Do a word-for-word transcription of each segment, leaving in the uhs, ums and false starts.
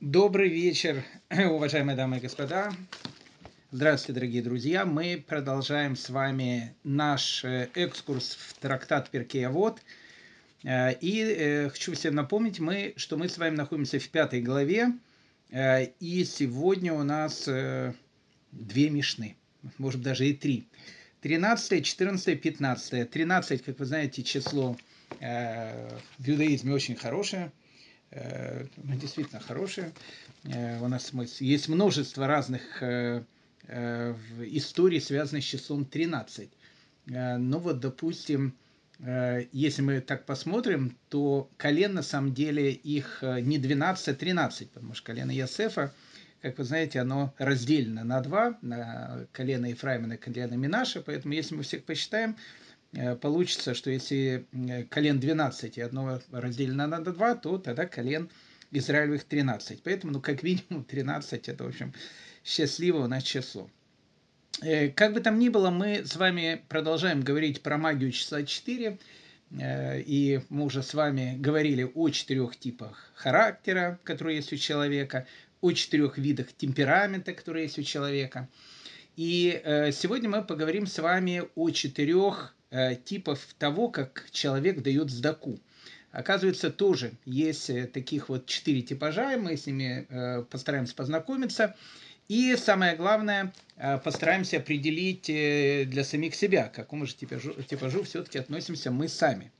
Добрый вечер, уважаемые дамы и господа. Здравствуйте, дорогие друзья. Мы продолжаем с вами наш э, экскурс в трактат Перкей Авот. Э, И э, хочу всем напомнить, мы, что мы с вами находимся в пятой главе. Э, И сегодня у нас э, две мишны, может быть, даже и три. тринадцатое, четырнадцатое, пятнадцатое. тринадцать, как вы знаете, число э, в иудаизме очень хорошее. Э, ну, действительно хорошие. Э, У нас есть множество разных э, э, историй, связанных с числом тринадцать. Э, Ну вот, допустим, э, если мы так посмотрим, то колен на самом деле их э, не двенадцать, а тринадцать, потому что колено Иосифа, как вы знаете, оно разделено на два, на колено Ефраима, на колено Минаша, поэтому если мы всех посчитаем, э, получится, что если э, колен двенадцать и одно разделено на два, то тогда колен Израилевых тринадцать. Поэтому, ну, как минимум, тринадцать это, в общем, счастливое у нас число. Э, Как бы там ни было, мы с вами продолжаем говорить про магию числа четыре. Э, И мы уже с вами говорили о четырех типах характера, которые есть у человека, о четырех видах темперамента, которые есть у человека. И э, сегодня мы поговорим с вами о четырех э, типах того, как человек дает сдаку. Оказывается, тоже есть э, таких вот четыре типажа, мы с ними э, постараемся познакомиться. И самое главное, э, постараемся определить э, для самих себя, к какому же типажу, типажу все-таки относимся мы сами.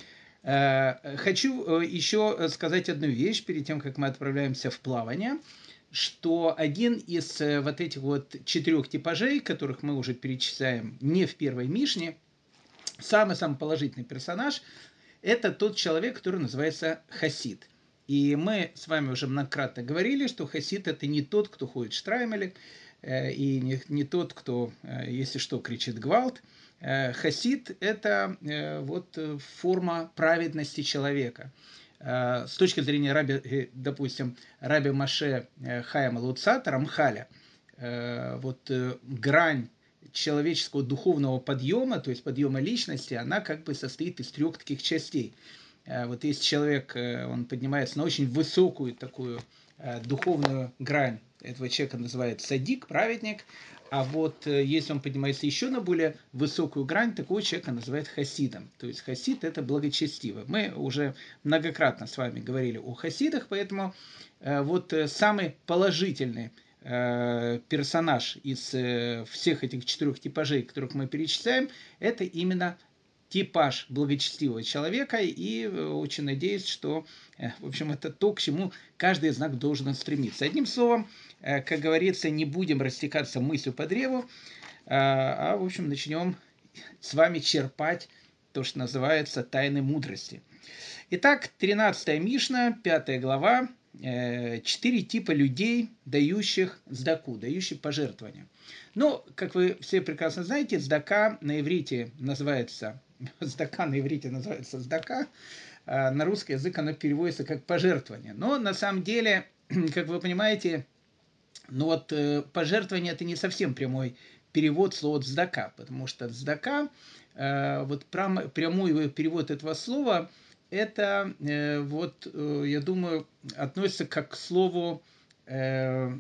Э, Хочу э, еще сказать одну вещь перед тем, как мы отправляемся в плавание, что один из э, вот этих вот четырех типажей, которых мы уже перечисляем не в первой Мишне, самый-самый положительный персонаж, это тот человек, который называется хасид. И мы с вами уже многократно говорили, что хасид это не тот, кто ходит в штраймеле, э, и не, не тот, кто, э, если что, кричит гвалт. Э, хасид это э, вот форма праведности человека. Э, с точки зрения раби, э, допустим, раби Маше э, Хаима Луцата, Рамхаля, э, вот э, грань человеческого духовного подъема, то есть подъема личности, она как бы состоит из трех таких частей. Вот если человек, он поднимается на очень высокую такую духовную грань, этого человека называют садик, праведник, а вот если он поднимается еще на более высокую грань, такого человека называют хасидом. То есть хасид это благочестивый. Мы уже многократно с вами говорили о хасидах, поэтому вот самый положительный персонаж из всех этих четырех типажей, которых мы перечисляем, это именно типаж благочестивого человека, и очень надеюсь, что, в общем, это то, к чему каждый из нас должен стремиться. Одним словом, как говорится, не будем растекаться мыслью по древу, а, в общем, начнем с вами черпать то, что называется тайны мудрости. Итак, тринадцатая Мишна, пятая глава, четыре типа людей, дающих сдаку, дающих пожертвования. Ну, как вы все прекрасно знаете, сдака на иврите называется, сдака на иврите называется сдака, а на русский язык оно переводится как пожертвование. Но на самом деле, как вы понимаете, ну вот пожертвование это не совсем прямой перевод слова цдака, потому что цдака, вот прямой перевод этого слова, это вот, я думаю, относится как к слову, как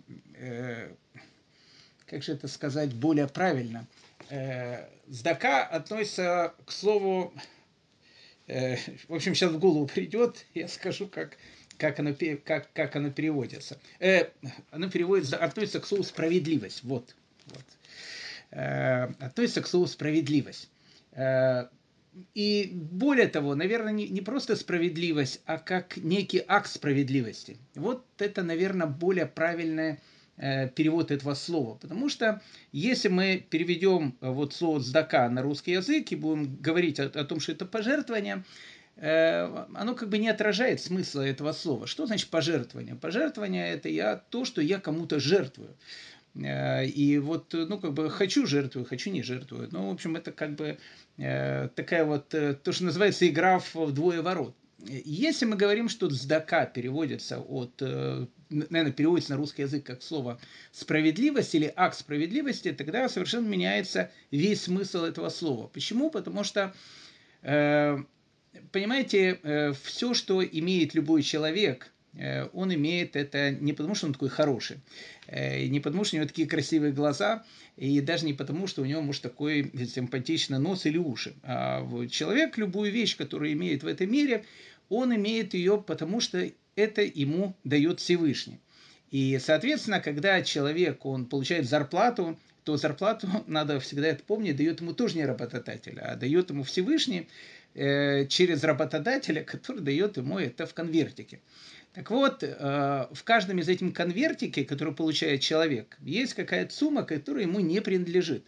же это сказать более правильно, цдака относится к слову, в общем, сейчас в голову придет, я скажу, как, как, оно, как, как оно переводится. Э, оно переводится, относится к слову справедливость. Вот. вот. Э, относится к слову справедливость. Э, и более того, наверное, не, не просто справедливость, а как некий акт справедливости. Вот это, наверное, более правильное перевод этого слова. Потому что если мы переведем вот слово «цдака» на русский язык и будем говорить о, о том, что это пожертвование, э, оно как бы не отражает смысла этого слова. Что значит пожертвование? Пожертвование – это я, то, что я кому-то жертвую. Э, и вот, ну, как бы хочу жертвую, хочу не жертвую. Ну, в общем, это как бы э, такая вот, э, то, что называется игра в вдвое ворот. Если мы говорим, что цдака переводится от, наверное, переводится на русский язык как слово справедливость или акт справедливости, тогда совершенно меняется весь смысл этого слова. Почему? Потому что, понимаете, все, что имеет любой человек, он имеет это не потому, что он такой хороший, не потому, что у него такие красивые глаза, и даже не потому, что у него, может, такой симпатичный нос или уши. А человек любую вещь, которую имеет в этом мире, он имеет ее, потому что это ему дает Всевышний. И, соответственно, когда человек, он получает зарплату, то зарплату, надо всегда это помнить, дает ему тоже не работодатель, а дает ему Всевышний э, через работодателя, который дает ему это в конвертике. Так вот, э, в каждом из этих конвертике, который получает человек, есть какая-то сумма, которая ему не принадлежит.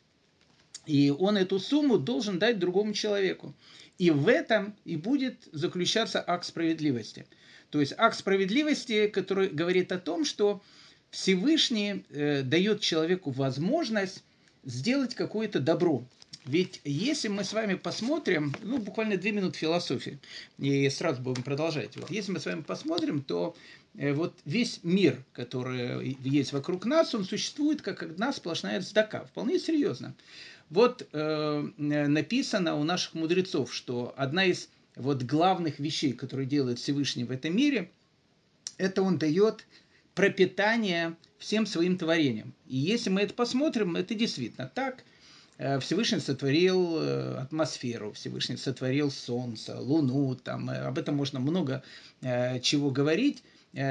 И он эту сумму должен дать другому человеку. И в этом и будет заключаться акт справедливости. То есть акт справедливости, который говорит о том, что Всевышний э, дает человеку возможность сделать какое-то добро. Ведь если мы с вами посмотрим, ну, буквально две минуты философии, и сразу будем продолжать. Вот если мы с вами посмотрим, то э, вот весь мир, который есть вокруг нас, он существует как одна сплошная цдака. Вполне серьезно. Вот э, написано у наших мудрецов, что одна из вот главных вещей, которые делает Всевышний в этом мире, это он дает пропитание всем своим творениям. И если мы это посмотрим, это действительно так. Всевышний сотворил атмосферу, Всевышний сотворил солнце, луну, там, об этом можно много чего говорить.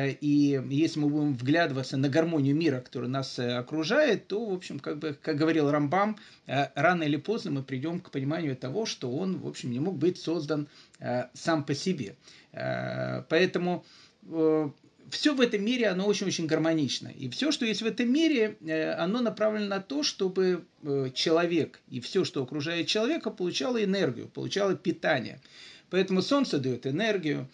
И если мы будем вглядываться на гармонию мира, который нас окружает, то, в общем, как бы, как говорил Рамбам, рано или поздно мы придем к пониманию того, что он, в общем, не мог быть создан сам по себе. Поэтому все в этом мире, оно очень-очень гармонично. И все, что есть в этом мире, оно направлено на то, чтобы человек и все, что окружает человека, получало энергию, получало питание. Поэтому солнце дает энергию,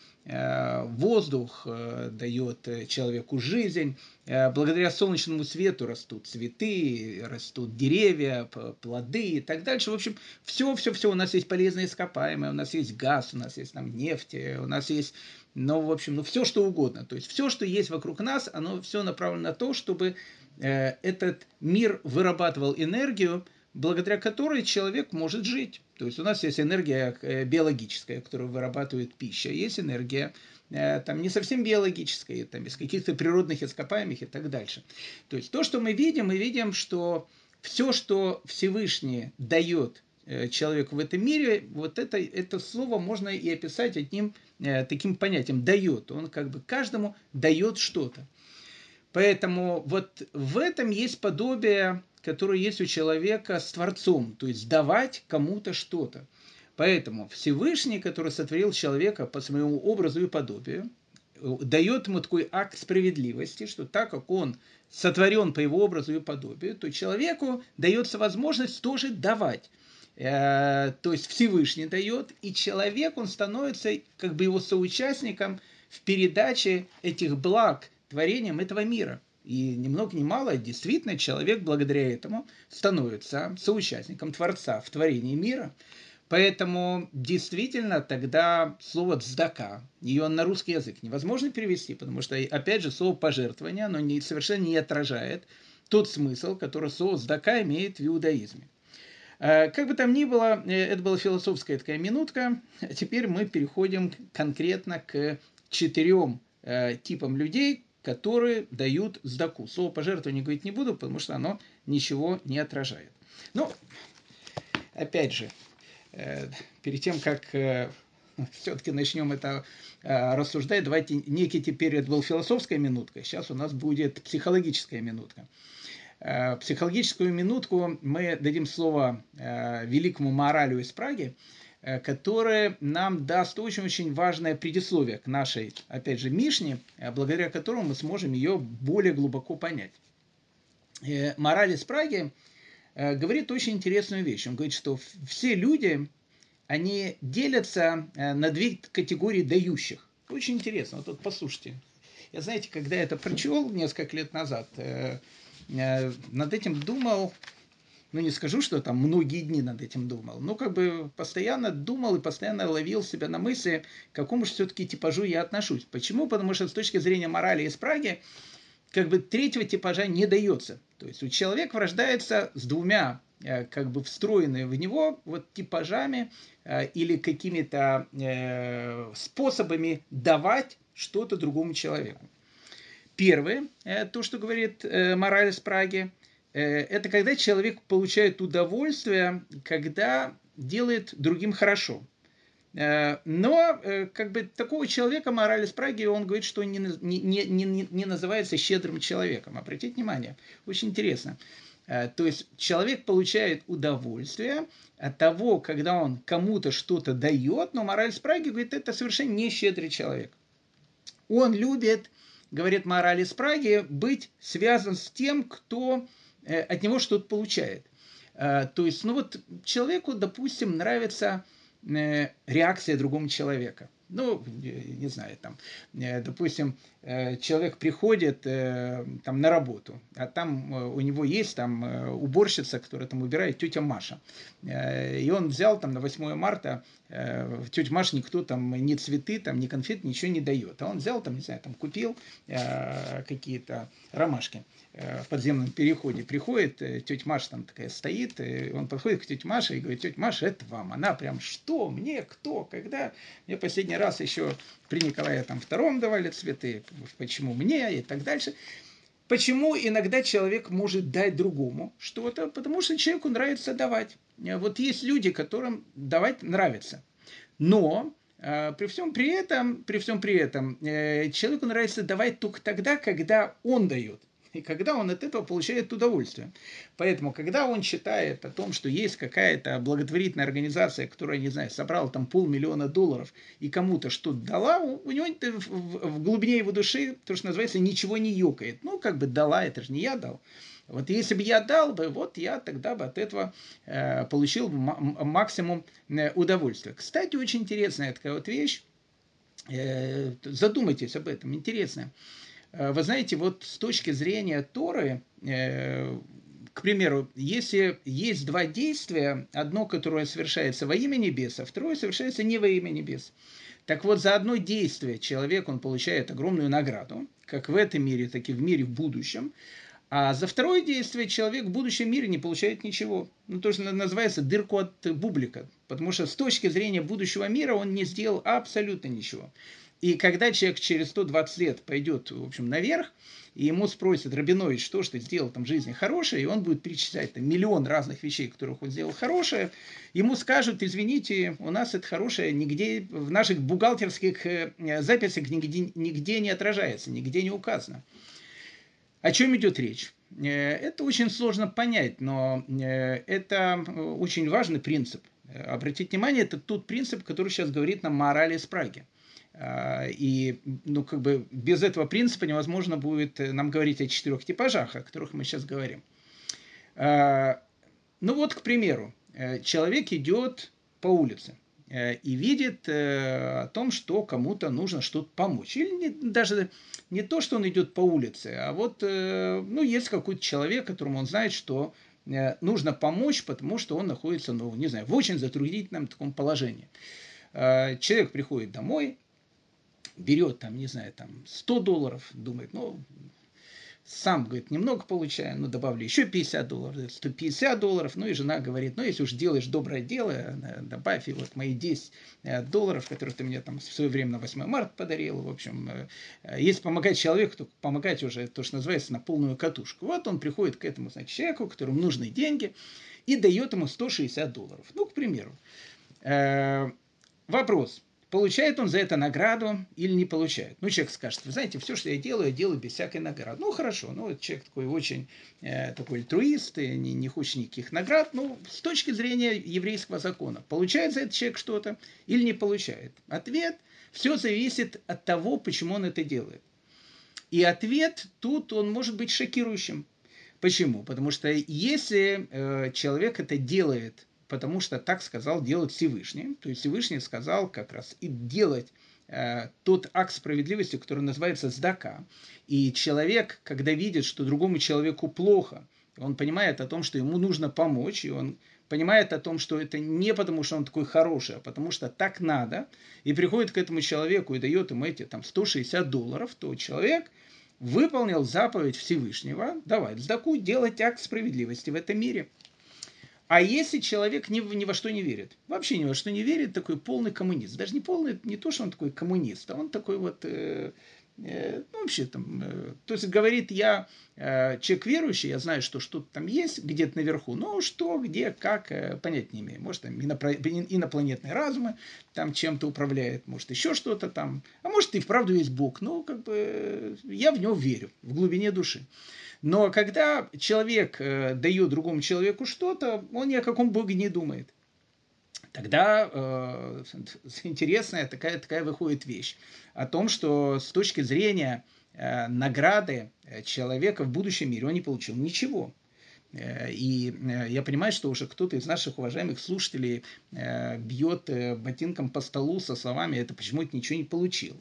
воздух дает человеку жизнь, благодаря солнечному свету растут цветы, растут деревья, плоды и так дальше. В общем, все-все-все. У нас есть полезные ископаемые, у нас есть газ, у нас есть там нефть, у нас есть, ну, в общем, ну, все, что угодно. То есть все, что есть вокруг нас, оно все направлено на то, чтобы этот мир вырабатывал энергию, благодаря которой человек может жить. То есть у нас есть энергия биологическая, которую вырабатывает пища, есть энергия там, не совсем биологическая, там, из каких-то природных ископаемых и так дальше. То есть то, что мы видим, мы видим, что все, что Всевышний дает человеку в этом мире, вот это, это слово можно и описать одним таким понятием «дает». Он как бы каждому дает что-то. Поэтому вот в этом есть подобие, которое есть у человека с Творцом, то есть давать кому-то что-то. Поэтому Всевышний, который сотворил человека по своему образу и подобию, дает ему такой акт справедливости, что так как он сотворен по его образу и подобию, то человеку дается возможность тоже давать. То есть Всевышний дает, и человек, он становится как бы его соучастником в передаче этих благ творением этого мира. И ни много ни мало, действительно, человек благодаря этому становится соучастником Творца в творении мира. Поэтому действительно тогда слово «цдака», ее на русский язык невозможно перевести, потому что, опять же, слово «пожертвование», оно не, совершенно не отражает тот смысл, который слово «цдака» имеет в иудаизме. Как бы там ни было, это была философская такая минутка. А теперь мы переходим конкретно к четырем типам людей, которые дают цдаку. Слово «пожертвование» говорить не буду, потому что оно ничего не отражает. Ну, опять же, перед тем, как все-таки начнем это рассуждать, давайте некий теперь это была философская минутка, сейчас у нас будет психологическая минутка. Психологическую минутку мы дадим слово великому Маоралю из Праги, которое нам даст очень-очень важное предисловие к нашей, опять же, Мишне, благодаря которому мы сможем ее более глубоко понять. Маораль из Праги говорит очень интересную вещь. Он говорит, что все люди, они делятся на две категории дающих. Очень интересно. Вот тут послушайте. Я, знаете, когда я это прочел несколько лет назад, над этим думал, ну не скажу, что там многие дни над этим думал, но как бы постоянно думал и постоянно ловил себя на мысли, к какому же все-таки типажу я отношусь. Почему? Потому что с точки зрения морали из Праги, как бы третьего типажа не дается. То есть у человека рождается с двумя как бы встроенные в него вот типажами или какими-то способами давать что-то другому человеку. Первое, то, что говорит мораль из Праги, это когда человек получает удовольствие, когда делает другим хорошо. Но как бы такого человека мораль из Праги, он говорит, что не, не, не, не называется щедрым человеком. Обратите внимание, очень интересно. То есть человек получает удовольствие от того, когда он кому-то что-то дает, но мораль из Праги говорит, это совершенно не щедрый человек. Он любит, говорит мораль из Праги, быть связан с тем, кто от него что-то получает. То есть, ну вот человеку, допустим, нравится реакция другого человека. Ну, не знаю, там, допустим, человек приходит там, на работу, а там у него есть там уборщица, которая там убирает, тетя Маша. И он взял там на восьмое марта, тетя Маша никто там ни цветы, там, ни конфет, ничего не дает. А он взял там, не знаю, там купил какие-то ромашки в подземном переходе. Приходит, тетя Маша там такая стоит, и он подходит к тете Маше и говорит, тетя Маша, это вам. Она прям, что, мне, кто, когда? Мне последний раз еще при Николае там, втором давали цветы, почему мне и так дальше. Почему иногда человек может дать другому что-то? Потому что человеку нравится давать. Вот есть люди, которым давать нравится. Но при всем при этом, при всем при этом человеку нравится давать только тогда, когда он дает. И когда он от этого получает удовольствие. Поэтому, когда он читает о том, что есть какая-то благотворительная организация, которая, не знаю, собрала там полмиллиона долларов и кому-то что-то дала, у него в глубине его души, то, что называется, ничего не ёкает. Ну, как бы дала, это же не я дал. Вот если бы я дал бы, вот я тогда бы от этого э, получил максимум удовольствия. Кстати, очень интересная такая вот вещь. Э, задумайтесь об этом, интересная. Вы знаете, вот с точки зрения Торы, э, к примеру, если есть два действия, одно, которое совершается во имя небес, а второе совершается не во имя небес. Так вот, за одно действие человек, он получает огромную награду, как в этом мире, так и в мире в будущем. А за второе действие человек в будущем мире не получает ничего. Ну, то, что называется дырку от бублика. Потому что с точки зрения будущего мира он не сделал абсолютно ничего. И когда человек через сто двадцать лет пойдет, в общем, наверх, и ему спросят, Рабинович, что ж ты сделал там в жизни хорошее, и он будет перечислять там, миллион разных вещей, которых он сделал хорошее, ему скажут, извините, у нас это хорошее нигде, в наших бухгалтерских записях нигде, нигде не отражается, нигде не указано. О чем идет речь? Это очень сложно понять, но это очень важный принцип. Обратите внимание, это тот принцип, который сейчас говорит нам мораль из Праги. И ну, как бы без этого принципа невозможно будет нам говорить о четырех типажах, о которых мы сейчас говорим. Ну вот, к примеру, человек идет по улице и видит о том, что кому-то нужно что-то помочь. Или не, даже не то, что он идет по улице, а вот ну, есть какой-то человек, которому он знает, что нужно помочь, потому что он находится, ну, не знаю, в очень затруднительном таком положении. Человек приходит домой, берет там, не знаю, там сто долларов, думает, ну, сам, говорит, немного получаю, ну, добавлю еще пятьдесят долларов, сто пятьдесят долларов, ну, и жена говорит, ну, если уж делаешь доброе дело, добавь и вот мои десять долларов, которые ты мне там в свое время на восьмое марта подарил, в общем, если помогать человеку, то помогать уже, то, что называется, на полную катушку. Вот он приходит к этому, значит, человеку, которому нужны деньги, и дает ему сто шестьдесят долларов, ну, к примеру. Вопрос. Получает он за это награду или не получает? Ну, человек скажет, вы знаете, все, что я делаю, я делаю без всякой награды. Ну, хорошо, ну, человек такой очень э, такой альтруист, и не, не хочет никаких наград. Ну, с точки зрения еврейского закона, получает за это человек что-то или не получает? Ответ, все зависит от того, почему он это делает. И ответ тут, он может быть шокирующим. Почему? Потому что если э, человек это делает, потому что так сказал делать Всевышний. То есть Всевышний сказал как раз и делать э, тот акт справедливости, который называется сдака. И человек, когда видит, что другому человеку плохо, он понимает о том, что ему нужно помочь, и он понимает о том, что это не потому, что он такой хороший, а потому что так надо, и приходит к этому человеку и дает ему эти там, сто шестьдесят долларов, то человек выполнил заповедь Всевышнего, давай сдаку, делать акт справедливости в этом мире. А если человек ни, в- ни во что не верит, вообще ни во что не верит, такой полный коммунист, даже не полный, не то, что он такой коммунист, а он такой вот, э, э, ну, вообще там, э, то есть говорит, я э, человек верующий, я знаю, что что-то там есть где-то наверху, но что, где, как, э, понять не имею. Может, там инопро- ин- инопланетные разумы там чем-то управляет, может, еще что-то там, а может, и вправду есть Бог, но как бы э, я в него верю, в глубине души. Но когда человек э, дает другому человеку что-то, он ни о каком Боге не думает. Тогда э, интересная такая, такая выходит вещь о том, что с точки зрения э, награды э, человека в будущем мире он не получил ничего. Э, И э, я понимаю, что уже кто-то из наших уважаемых слушателей э, бьет э, ботинком по столу со словами «это почему это ничего не получил?».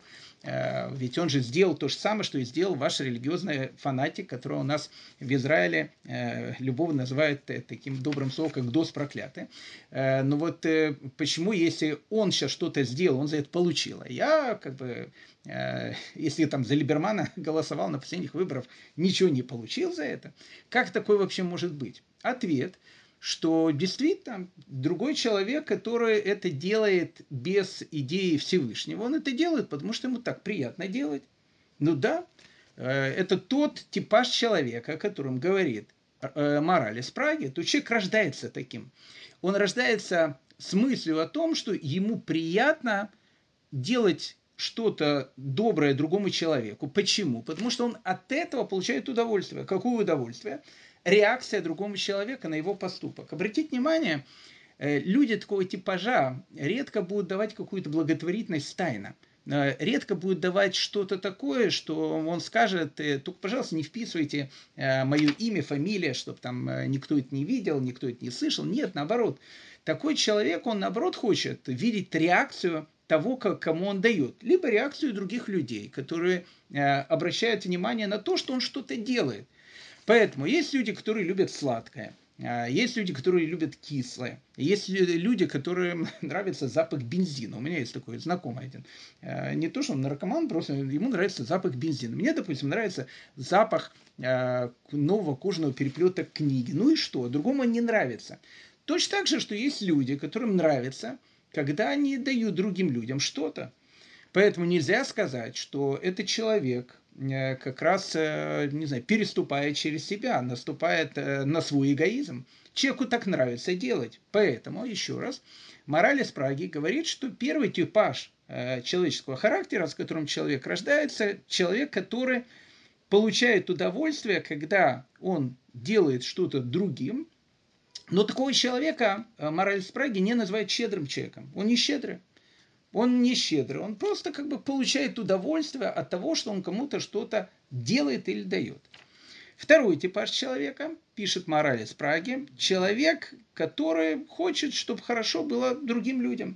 Э, Ведь он же сделал то же самое, что и сделал ваш религиозный фанатик, которого у нас в Израиле э, любовно называют э, таким добрым словом, как «дос проклятый». Э, Но вот э, почему, если он сейчас что-то сделал, он за это получил? А я, как бы, э, если там за Либермана голосовал на последних выборах, ничего не получил за это. Как такое вообще может быть? Ответ, что действительно другой человек, который это делает без идеи Всевышнего, он это делает, потому что ему так приятно делать. Ну да, э, это тот типаж человека, о котором говорит э, мораль из Праги, то человек рождается таким. Он рождается с мыслью о том, что ему приятно делать что-то доброе другому человеку. Почему? Потому что он от этого получает удовольствие. Какое удовольствие? Реакция другого человека на его поступок. Обратите внимание, э, люди такого типажа редко будут давать какую-то благотворительность тайно. Э, Редко будет давать что-то такое, что он скажет, э, только, пожалуйста, не вписывайте э, мое имя, фамилия, чтобы там э, никто это не видел, никто это не слышал. Нет, наоборот. Такой человек, он наоборот хочет видеть реакцию того, кому он дает, либо реакцию других людей, которые э, обращают внимание на то, что он что-то делает. Поэтому есть люди, которые любят сладкое, э, есть люди, которые любят кислое, есть люди, которым нравится запах бензина. У меня есть такой знакомый один. Э, Не то, что он наркоман, просто ему нравится запах бензина. Мне, допустим, нравится запах э, нового кожаного переплета книги. Ну и что? Другому не нравится. Точно так же, что есть люди, которым нравится, когда они дают другим людям что-то. Поэтому нельзя сказать, что этот человек э, как раз, э, не знаю, переступает через себя, наступает э, на свой эгоизм. Человеку так нравится делать. Поэтому, еще раз, мораль из Праги говорит, что первый типаж э, человеческого характера, с которым человек рождается, человек, который получает удовольствие, когда он делает что-то другим. Но такого человека э, мораль из Праги не называет щедрым человеком. Он не щедрый. Он не щедрый, он просто как бы получает удовольствие от того, что он кому-то что-то делает или дает. Второй типаж человека, пишет мораль из Праги, человек, который хочет, чтобы хорошо было другим людям.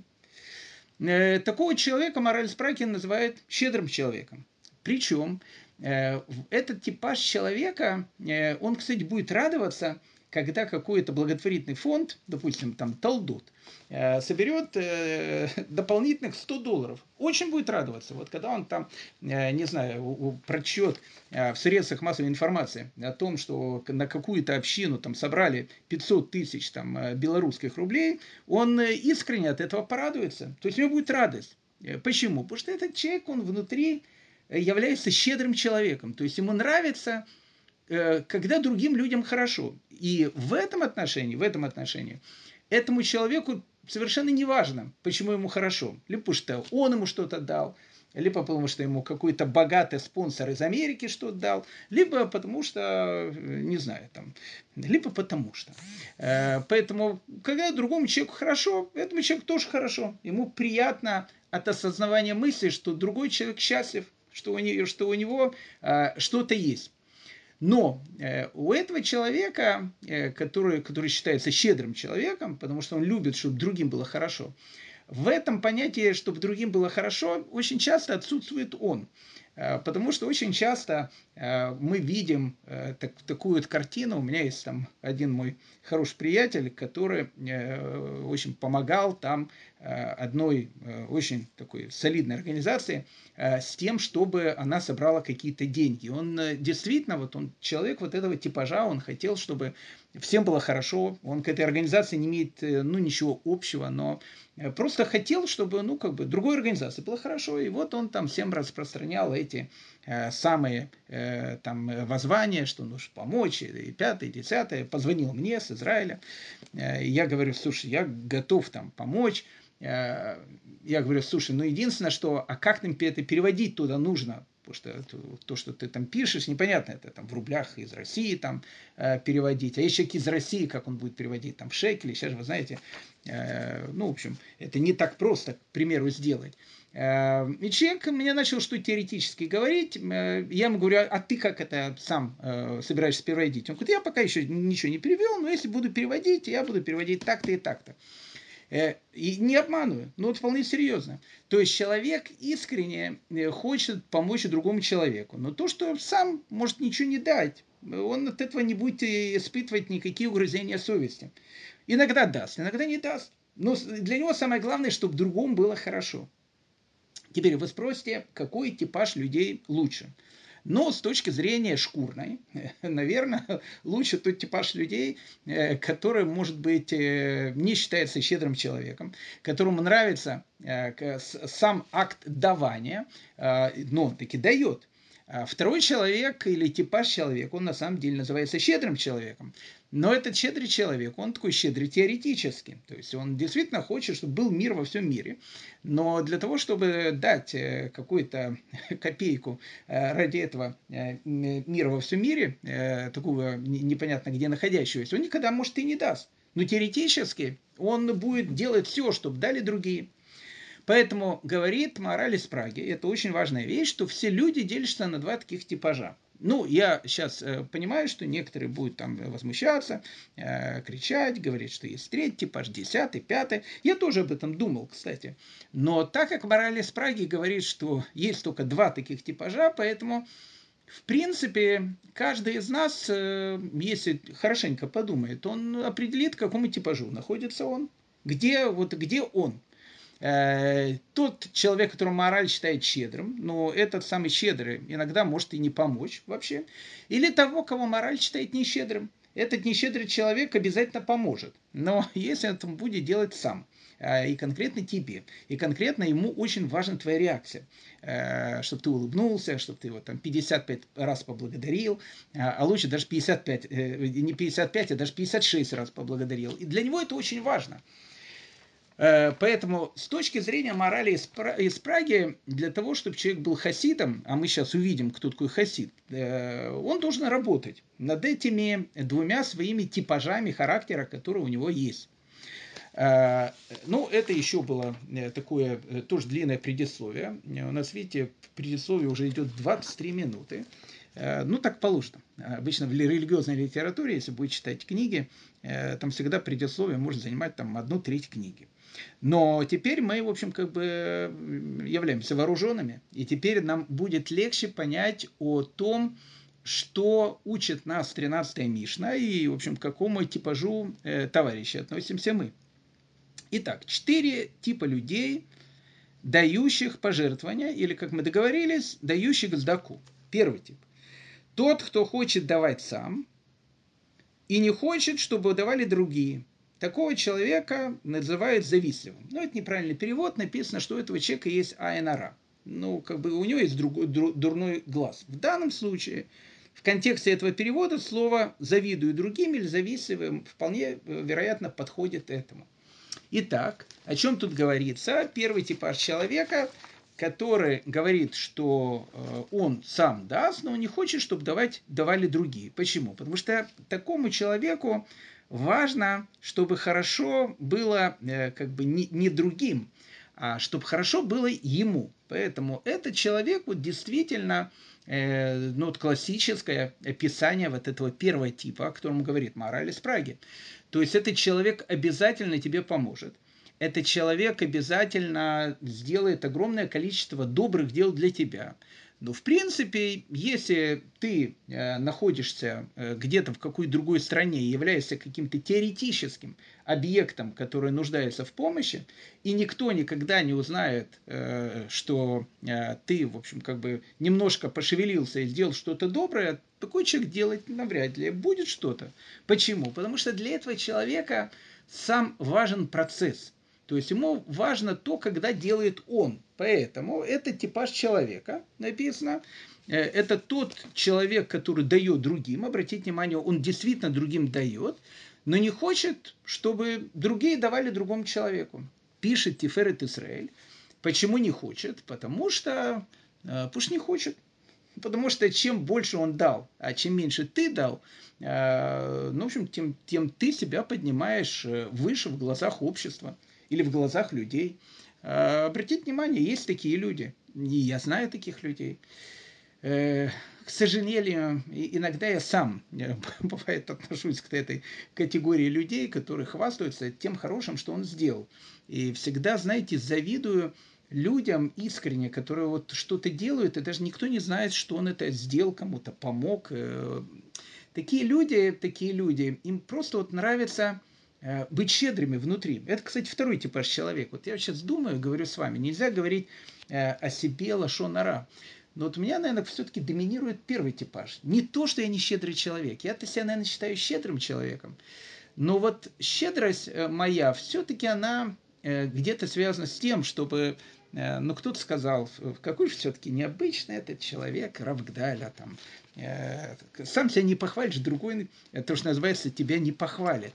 Э, Такого человека мораль из Праги называет щедрым человеком. Причем э, этот типаж человека, э, он, кстати, будет радоваться, когда какой-то благотворительный фонд, допустим, там Талдот, э, соберет э, дополнительных сто долларов. Очень будет радоваться. Вот когда он там, э, не знаю, прочет э, в средствах массовой информации о том, что на какую-то общину там собрали пятьсот тысяч там, э, белорусских рублей, он э, искренне от этого порадуется. То есть у него будет радость. Э, Почему? Потому что этот человек, он внутри э, является щедрым человеком. То есть ему нравится, э, когда другим людям хорошо. И в этом отношении, в этом отношении, этому человеку совершенно не важно, почему ему хорошо. Либо потому что он ему что-то дал, либо потому что ему какой-то богатый спонсор из Америки что-то дал, либо потому что, не знаю, там, либо потому что. Э, Поэтому, когда другому человеку хорошо, этому человеку тоже хорошо. Ему приятно от осознавания мысли, что другой человек счастлив, что у него, что у него э, что-то есть. Но э, у этого человека, э, который, который считается щедрым человеком, потому что он любит, чтобы другим было хорошо, в этом понятии, чтобы другим было хорошо, очень часто отсутствует он. Э, Потому что очень часто мы видим так, такую вот картину. У меня есть там один мой хороший приятель, который очень помогал там одной очень такой солидной организации с тем, чтобы она собрала какие-то деньги. Он действительно, вот он человек вот этого типажа, он хотел, чтобы всем было хорошо. Он к этой организации не имеет, ну, ничего общего, но просто хотел, чтобы, ну, как бы, другой организации было хорошо. И вот он там всем распространял эти э, самые э, там воззвания, что нужно помочь, и пятое, и десятое. Позвонил мне с Израиля. Э, я говорю, слушай, я готов там помочь. Э, я говорю, слушай, ну, единственное, что, а как нам это переводить туда нужно? Потому что то, что ты там пишешь, непонятно, это там в рублях из России там э, переводить. А есть человек из России, как он будет переводить там в шекели. Сейчас же, вы знаете, э, ну, в общем, это не так просто, к примеру, сделать. Э, и человек мне начал что-то теоретически говорить. Э, я ему говорю, а ты как это сам э, собираешься переводить? Он говорит, я пока еще ничего не перевел, но если буду переводить, я буду переводить так-то и так-то. И не обманываю, но это вполне серьезно. То есть человек искренне хочет помочь другому человеку. Но то, что сам может ничего не дать, он от этого не будет испытывать никакие угрызения совести. Иногда даст, иногда не даст. Но для него самое главное, чтобы другому было хорошо. Теперь вы спросите, какой типаж людей лучше? Но с точки зрения шкурной, наверное, лучше тот типаж людей, который, может быть, не считается щедрым человеком, которому нравится сам акт давания, но он таки дает. Второй человек или типаж человека, он на самом деле называется щедрым человеком. Но этот щедрый человек, он такой щедрый теоретически. То есть он действительно хочет, чтобы был мир во всем мире. Но для того, чтобы дать какую-то копейку ради этого мира во всем мире, такого непонятно где находящегося, он никогда, может, и не даст. Но теоретически он будет делать все, чтобы дали другие. Поэтому говорит мораль из Праги, это очень важная вещь, что все люди делятся на два таких типажа. Ну, я сейчас э, понимаю, что некоторые будут там возмущаться, э, кричать, говорить, что есть третий типаж, десятый, пятый. Я тоже об этом думал, кстати. Но так как мораль из Праги говорит, что есть только два таких типажа, поэтому, в принципе, каждый из нас, э, если хорошенько подумает, он определит, к какому типажу находится он, где, вот, где он. Тот человек, которого мораль считает щедрым, но этот самый щедрый иногда может и не помочь вообще. Или того, кого мораль считает нещедрым. Этот нещедрый человек обязательно поможет. Но если он это будет делать сам. И конкретно тебе. И конкретно ему очень важна твоя реакция. Чтобы ты улыбнулся, чтобы ты его там пятьдесят пять раз поблагодарил. А лучше даже пятьдесят пять, не пятьдесят пять, а даже пятьдесят шесть раз поблагодарил. И для него это очень важно. Поэтому с точки зрения морали из Праги, для того, чтобы человек был хасидом, а мы сейчас увидим, кто такой хасид, он должен работать над этими двумя своими типажами характера, которые у него есть. Ну, это еще было такое тоже длинное предисловие. У нас, видите, в предисловии уже идет двадцать три минуты. Ну, так положено. Обычно в религиозной литературе, если будет читать книги, там всегда предисловие может занимать там одну треть книги. Но теперь мы, в общем, как бы являемся вооруженными, и теперь нам будет легче понять о том, что учит нас тринадцатая Мишна, и, в общем, к какому типажу э, товарищей относимся мы. Итак, четыре типа людей, дающих пожертвования, или, как мы договорились, дающих сдаку. Первый тип. Тот, кто хочет давать сам, и не хочет, чтобы давали другие. Такого человека называют завистливым. Но это неправильный перевод. Написано, что у этого человека есть айнара. Ну, как бы у него есть другой, дурной глаз. В данном случае, в контексте этого перевода, слово «завидую другим» или «завистливым» вполне вероятно подходит этому. Итак, о чем тут говорится? Первый типаж человека, который говорит, что он сам даст, но он не хочет, чтобы давать, давали другие. Почему? Потому что такому человеку важно, чтобы хорошо было как бы не, не другим, а чтобы хорошо было ему. Поэтому этот человек вот действительно, э, ну, вот классическое описание вот этого первого типа, о котором говорит мораль из Праги. То есть этот человек обязательно тебе поможет. Этот человек обязательно сделает огромное количество добрых дел для тебя. Но, в принципе, если ты э, находишься э, где-то в какой-то другой стране и являешься каким-то теоретическим объектом, который нуждается в помощи, и никто никогда не узнает, э, что э, ты, в общем, как бы немножко пошевелился и сделал что-то доброе, такой человек делать навряд ли будет что-то. Почему? Потому что для этого человека сам важен процесс. То есть ему важно то, когда делает он. Поэтому это типаж человека, написано. Это тот человек, который дает другим. Обратите внимание, он действительно другим дает, но не хочет, чтобы другие давали другому человеку. Пишет Тиферет Исраэль. Почему не хочет? Потому что, потому что не хочет. Потому что чем больше он дал, а чем меньше ты дал, ну, в общем, тем, тем ты себя поднимаешь выше в глазах общества или в глазах людей. Обратите внимание, есть такие люди, и я знаю таких людей. К сожалению, иногда я сам, бывает, отношусь к этой категории людей, которые хвастаются тем хорошим, что он сделал. И всегда, знаете, завидую людям искренне, которые вот что-то делают, и даже никто не знает, что он это сделал, кому-то помог. Такие люди, такие люди, им просто вот нравится быть щедрыми внутри. Это, кстати, второй типаж человека. Вот я сейчас думаю, говорю с вами, нельзя говорить о себе лашон ара. Но вот у меня, наверное, все-таки доминирует первый типаж. Не то, что я не щедрый человек. Я-то себя, наверное, считаю щедрым человеком. Но вот щедрость моя, все-таки она где-то связана с тем, чтобы... Ну, кто-то сказал, какой же все-таки необычный этот человек, Рав Гдаля, там, сам себя не похвалишь, другой, то, что называется, тебя не похвалит.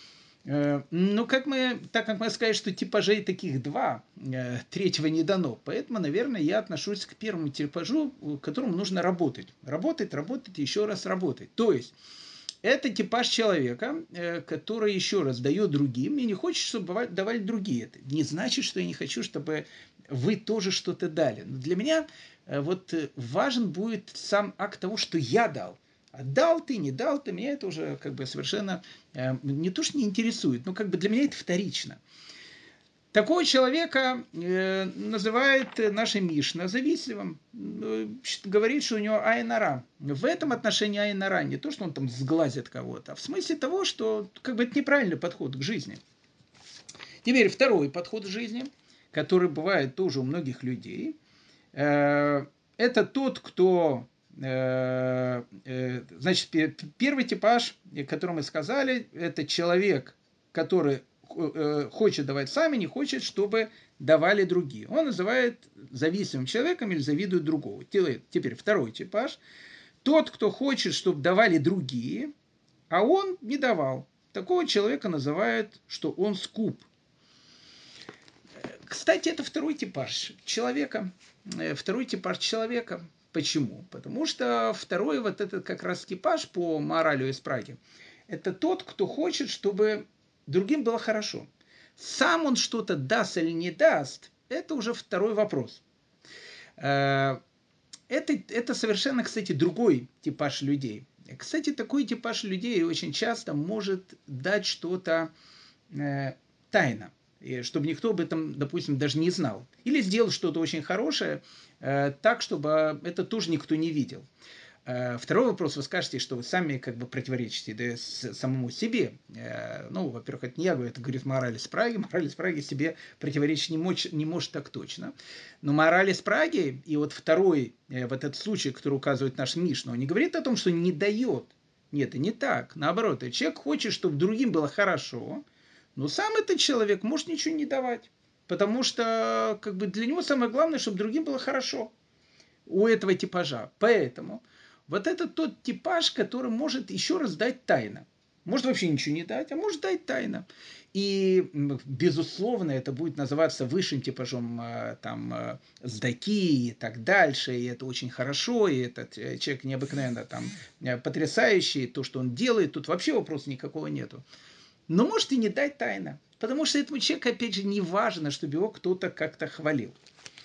Ну, как мы, так как мы сказали, что типажей таких два, третьего не дано, поэтому, наверное, я отношусь к первому типажу, к которому нужно работать. Работать, работать, еще раз работать. То есть, это типаж человека, который еще раз дает другим и не хочет, чтобы давали другие. Это не значит, что я не хочу, чтобы вы тоже что-то дали. Но для меня вот важен будет сам акт того, что я дал. А дал ты, не дал ты, меня это уже как бы совершенно не то, что не интересует, но как бы для меня это вторично. Такого человека э, называет наша Мишна завистливым. Э, говорит, что у него айнара. В этом отношении айнара не то, что он там сглазит кого-то, а в смысле того, что как бы это неправильный подход к жизни. Теперь второй подход к жизни, который бывает тоже у многих людей, э, это тот, кто... Э, э, значит, первый типаж, о котором мы сказали, это человек, который хочет давать сами, не хочет, чтобы давали другие. Он называет зависимым человеком или завидует другого. Теперь второй типаж. Тот, кто хочет, чтобы давали другие, а он не давал. Такого человека называют, что он скуп. Кстати, это второй типаж человека. Второй типаж человека. Почему? Потому что второй вот этот как раз типаж по моралю из Праги. Это тот, кто хочет, чтобы другим было хорошо. Сам он что-то даст или не даст, это уже второй вопрос. Это, это совершенно, кстати, другой типаж людей. Кстати, такой типаж людей очень часто может дать что-то тайно, чтобы никто об этом, допустим, даже не знал. Или сделать что-то очень хорошее так, чтобы это тоже никто не видел. Второй вопрос, вы скажете, что вы сами как бы противоречите да, самому себе. Ну, во-первых, это не я говорю, это говорит мораль из Праги. Мораль из Праги себе противоречить не, мож, не может так точно. Но мораль из Праги, и вот второй, вот этот случай, который указывает наш Мишна, он не говорит о том, что не дает. Нет, это не так. Наоборот, человек хочет, чтобы другим было хорошо, но сам этот человек может ничего не давать. Потому что как бы, для него самое главное, чтобы другим было хорошо. У этого типажа. Поэтому... Вот это тот типаж, который может еще раз дать тайно. Может вообще ничего не дать, а может дать тайно. И, безусловно, это будет называться высшим типажом там, сдаки и так дальше. И это очень хорошо, и этот человек необыкновенно там, потрясающий. То, что он делает, тут вообще вопроса никакого нету. Но может и не дать тайно. Потому что этому человеку, опять же, не важно, чтобы его кто-то как-то хвалил.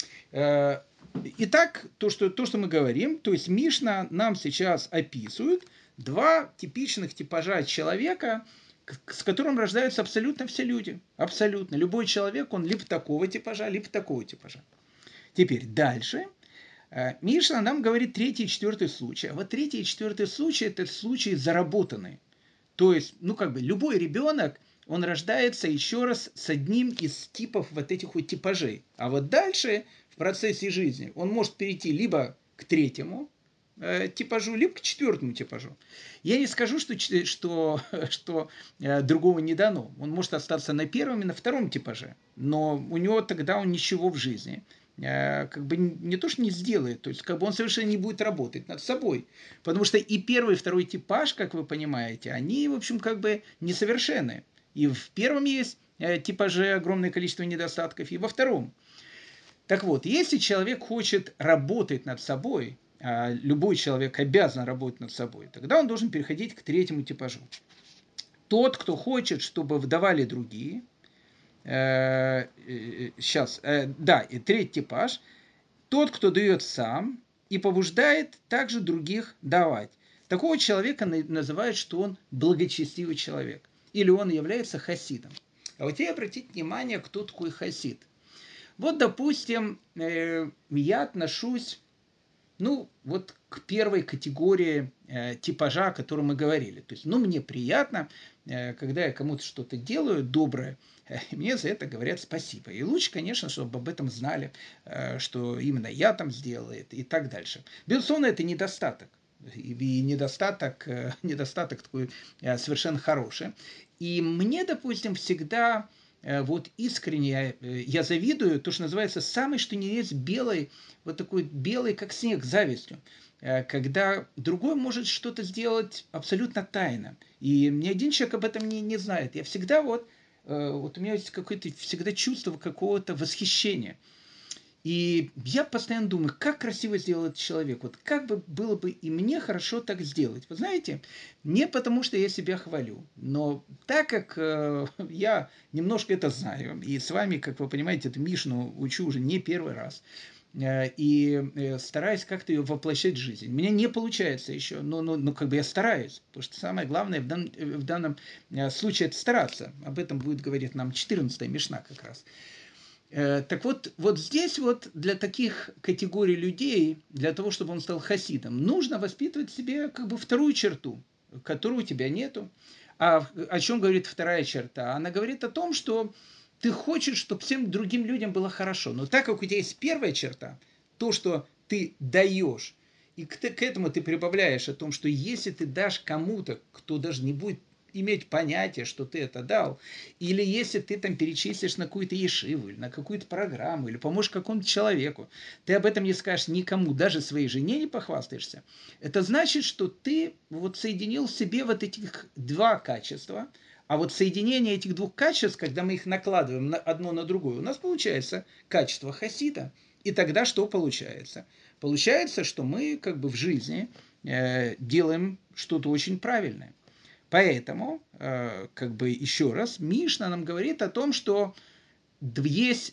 Итак, то что, то, что мы говорим, то есть Мишна нам сейчас описывает два типичных типажа человека, с которым рождаются абсолютно все люди. Абсолютно. Любой человек, он либо такого типажа, либо такого типажа. Теперь дальше. Мишна нам говорит третий и четвертый случай. А вот третий и четвертый случай – это случаи заработанные. То есть, ну как бы любой ребенок, он рождается еще раз с одним из типов вот этих вот типажей. А вот дальше в процессе жизни он может перейти либо к третьему э, типажу, либо к четвертому типажу. Я не скажу, что, что, что э, другого не дано. Он может остаться на первом и на втором типаже. Но у него тогда он ничего в жизни как бы не то, что не сделает, то есть как бы он совершенно не будет работать над собой. Потому что и первый, и второй типаж, как вы понимаете, они, в общем, как бы несовершенны. И в первом есть типаже огромное количество недостатков, и во втором. Так вот, если человек хочет работать над собой, а любой человек обязан работать над собой, тогда он должен переходить к третьему типажу. Тот, кто хочет, чтобы вдавали другие, сейчас, да, и третий типаж, тот, кто дает сам и побуждает также других давать. Такого человека называют, что он благочестивый человек. Или он является хасидом. А вот теперь обратите внимание, кто такой хасид. Вот, допустим, я отношусь, ну, вот к первой категории типажа, о котором мы говорили. То есть, ну, мне приятно, когда я кому-то что-то делаю доброе, и мне за это говорят спасибо. И лучше, конечно, чтобы об этом знали, что именно я там сделал и так дальше. Безусловно, это недостаток. И недостаток, недостаток такой совершенно хороший. И мне, допустим, всегда вот искренне я завидую, то, что называется самый, что ни есть, белый, вот такой белый, как снег, завистью. Когда другой может что-то сделать абсолютно тайно. И ни один человек об этом не, не знает. Я всегда вот, вот у меня есть какое-то всегда чувство какого-то восхищения. И я постоянно думаю, как красиво сделал этот человек. Вот как бы было бы и мне хорошо так сделать. Вы знаете, не потому, что я себя хвалю, но так как э, я немножко это знаю, и с вами, как вы понимаете, эту Мишну учу уже не первый раз, э, и э, стараюсь как-то ее воплощать в жизнь. У меня не получается еще, но, но, но как бы я стараюсь, потому что самое главное в, дан, в данном случае это стараться. Об этом будет говорить нам четырнадцатая Мишна как раз. Так вот, вот здесь вот для таких категорий людей, для того, чтобы он стал хасидом, нужно воспитывать в себе как бы вторую черту, которой у тебя нету. А о чем говорит вторая черта? Она говорит о том, что ты хочешь, чтобы всем другим людям было хорошо. Но так как у тебя есть первая черта, то, что ты даешь, и к, к этому ты прибавляешь о том, что если ты дашь кому-то, кто даже не будет иметь понятие, что ты это дал, или если ты там перечислишь на какую-то ешиву, или на какую-то программу, или поможешь какому-то человеку, ты об этом не скажешь никому, даже своей жене не похвастаешься, это значит, что ты вот соединил в себе вот этих два качества, а вот соединение этих двух качеств, когда мы их накладываем одно на другое, у нас получается качество хасида. И тогда что получается? Получается, что мы как бы в жизни э, делаем что-то очень правильное. Поэтому, как бы еще раз, Мишна нам говорит о том, что есть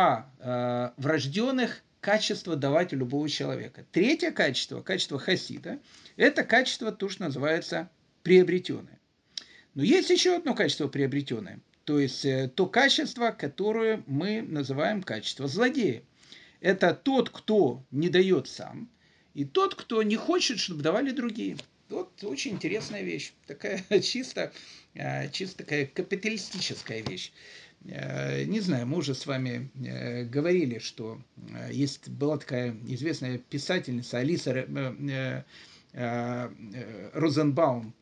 два врожденных качества давать у любого человека. Третье качество, качество хасида, это качество, то, что называется приобретенное. Но есть еще одно качество приобретенное, то есть то качество, которое мы называем качество злодея. Это тот, кто не дает сам, и тот, кто не хочет, чтобы давали другие. Вот очень интересная вещь. Такая чисто, чисто такая капиталистическая вещь. Не знаю, мы уже с вами говорили, что есть, была такая известная писательница Алиса Розенбаум.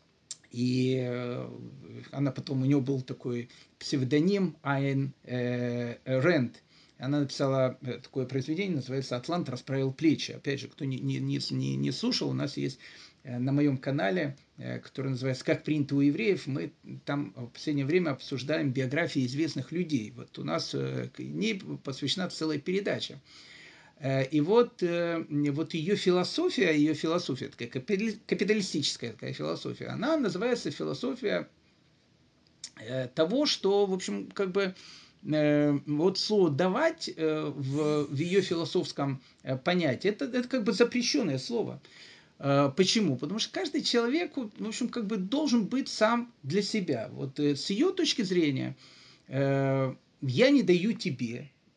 И она потом, у нее был такой псевдоним Айн Рэнд. Она написала такое произведение, называется «Атлант расправил плечи». Опять же, кто не, не, не, не слушал, у нас есть на моем канале, который называется «Как принято у евреев», мы там в последнее время обсуждаем биографии известных людей. Вот у нас к ней посвящена целая передача. И вот, вот ее философия, ее философия, такая капиталистическая такая философия, она называется философия того, что, в общем, как бы вот слово «давать» в, в ее философском понятии, это, это как бы запрещенное слово. Почему? Потому что каждый человек, в общем, как бы должен быть сам для себя. Вот с ее точки зрения, я не даю тебе,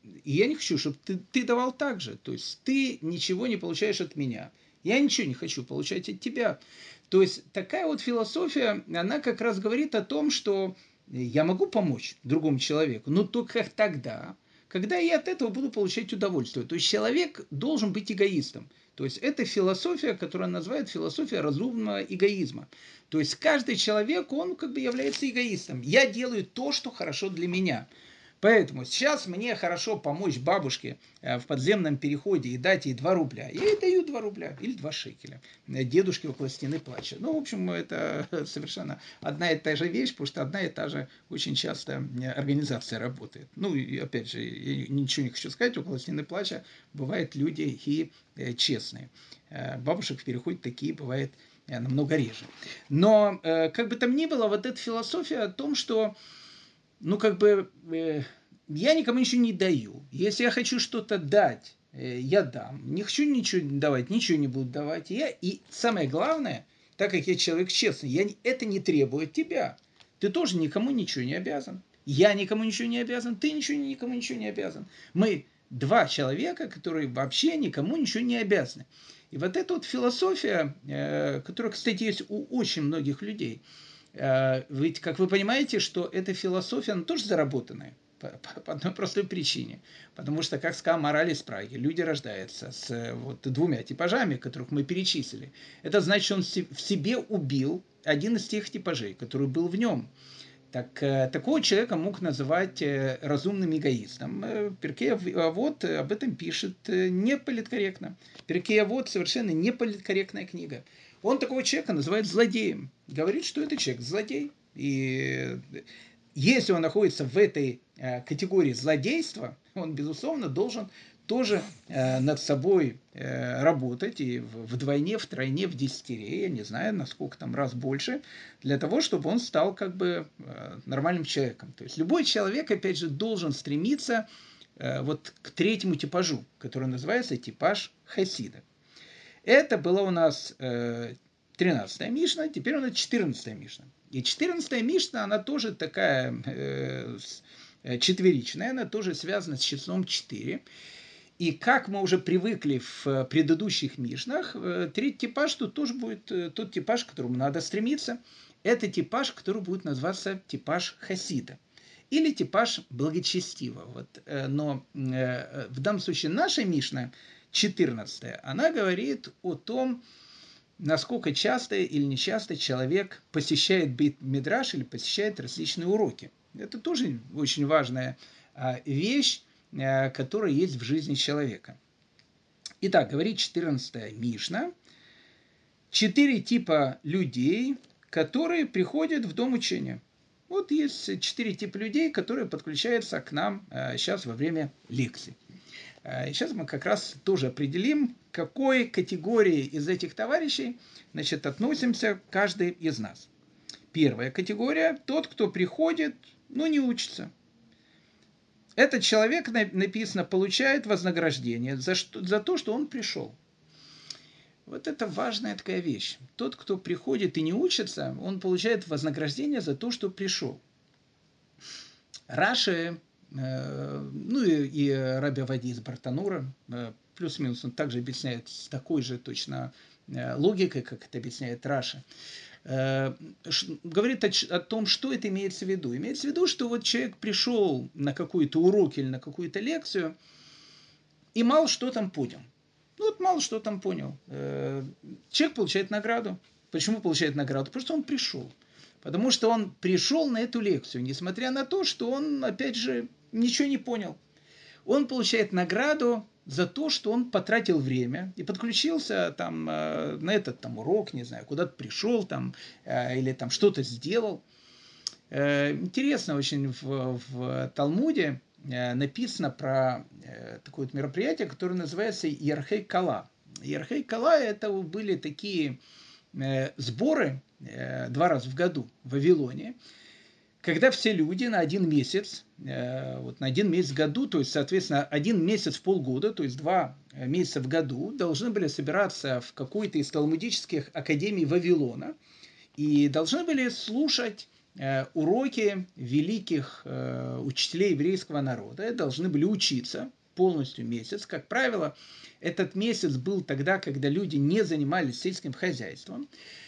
и я не хочу, чтобы ты, ты давал так же. То есть ты ничего не получаешь от меня. Я ничего не хочу получать от тебя. То есть такая вот философия, она как раз говорит о том, что я могу помочь другому человеку, но только тогда, когда я от этого буду получать удовольствие. То есть человек должен быть эгоистом. То есть это философия, которая называют философия разумного эгоизма. То есть каждый человек, он как бы является эгоистом. Я делаю то, что хорошо для меня. Поэтому сейчас мне хорошо помочь бабушке в подземном переходе и дать ей два рубля. Я ей даю два рубля или два шекеля. Дедушке около стены плача. Ну, в общем, это совершенно одна и та же вещь, потому что одна и та же очень часто организация работает. Ну, и опять же, я ничего не хочу сказать, около стены плача бывают люди и честные. Бабушек в переходе такие бывают намного реже. Но, как бы там ни было, вот эта философия о том, что ну, как бы, э, я никому ничего не даю. Если я хочу что-то дать, э, я дам. Не хочу ничего давать, ничего не буду давать. Я, и самое главное, так как я человек честный, я, это не требую от тебя. Ты тоже никому ничего не обязан. Я никому ничего не обязан, ты ничего, никому ничего не обязан. Мы два человека, которые вообще никому ничего не обязаны. И вот эта вот философия, э, которая, кстати, есть у очень многих людей, ведь, как вы понимаете, что эта философия, она тоже заработанная. По, по, по одной простой причине. Потому что, как сказал Мораль из Праги, люди рождаются с вот, двумя типажами, которых мы перечислили. Это значит, что он в себе убил один из тех типажей, который был в нем. Так, такого человека мог называть разумным эгоистом. Перкей Авот об этом пишет не политкорректно. Перкей Авот совершенно не политкорректная книга. Он такого человека называет злодеем. Говорит, что это человек злодей. И если он находится в этой категории злодейства, он, безусловно, должен тоже э, над собой э, работать и вдвойне, втройне, в десятере, я не знаю, насколько там раз больше, для того, чтобы он стал как бы э, нормальным человеком. То есть любой человек, опять же, должен стремиться э, вот к третьему типажу, который называется типаж хасида. Это была у нас э, тринадцатая Мишна, теперь у нас четырнадцатая Мишна. И четырнадцатая Мишна, она тоже такая э, четверичная, она тоже связана с числом четыре. И как мы уже привыкли в предыдущих Мишнах, третий типаж тут тоже будет тот типаж, к которому надо стремиться. Это типаж, который будет называться типаж хасида. Или типаж благочестивого. Вот, но в данном случае наша Мишна, четырнадцатая, она говорит о том, насколько часто или нечасто человек посещает бейт-мидраш или посещает различные уроки. Это тоже очень важная вещь, которая есть в жизни человека. Итак, говорит четырнадцатая Мишна. Четыре типа людей, которые приходят в дом учения. Вот есть четыре типа людей, которые подключаются к нам сейчас во время лекции. Сейчас мы как раз тоже определим, к какой категории из этих товарищей, значит, относимся каждый из нас. Первая категория – тот, кто приходит, но не учится. Этот человек, написано, получает вознаграждение за, что, за то, что он пришел. Вот это важная такая вещь. Тот, кто приходит и не учится, он получает вознаграждение за то, что пришел. Раши, э, ну и, и Раби Авадия из Бартанура, э, плюс-минус, он также объясняет с такой же точно э, логикой, как это объясняет Раши. Говорит о, о том, что это имеется в виду. Имеется в виду, что вот человек пришел на какой-то урок или на какую-то лекцию и мало что там понял. Ну вот мало что там понял. Человек получает награду. Почему получает награду? Потому что он пришел. Потому что он пришел на эту лекцию, несмотря на то, что он, опять же, ничего не понял. Он получает награду за то, что он потратил время и подключился там, э, на этот там, урок, не знаю, куда-то пришел там, э, или там что-то сделал. Э, интересно очень в, в Талмуде э, написано про э, такое вот мероприятие, которое называется Ярхей Кала. Ярхей Кала – это были такие э, сборы э, два раза в году в Вавилоне, когда все люди на один месяц, э, вот на один месяц в году, то есть, соответственно, один месяц в полгода, то есть два месяца в году, должны были собираться в какой-то из талмудических академий Вавилона и должны были слушать уроки великих учителей еврейского народа должны были учиться полностью месяц. Как правило, этот месяц был тогда, когда люди не занимались сельским хозяйством.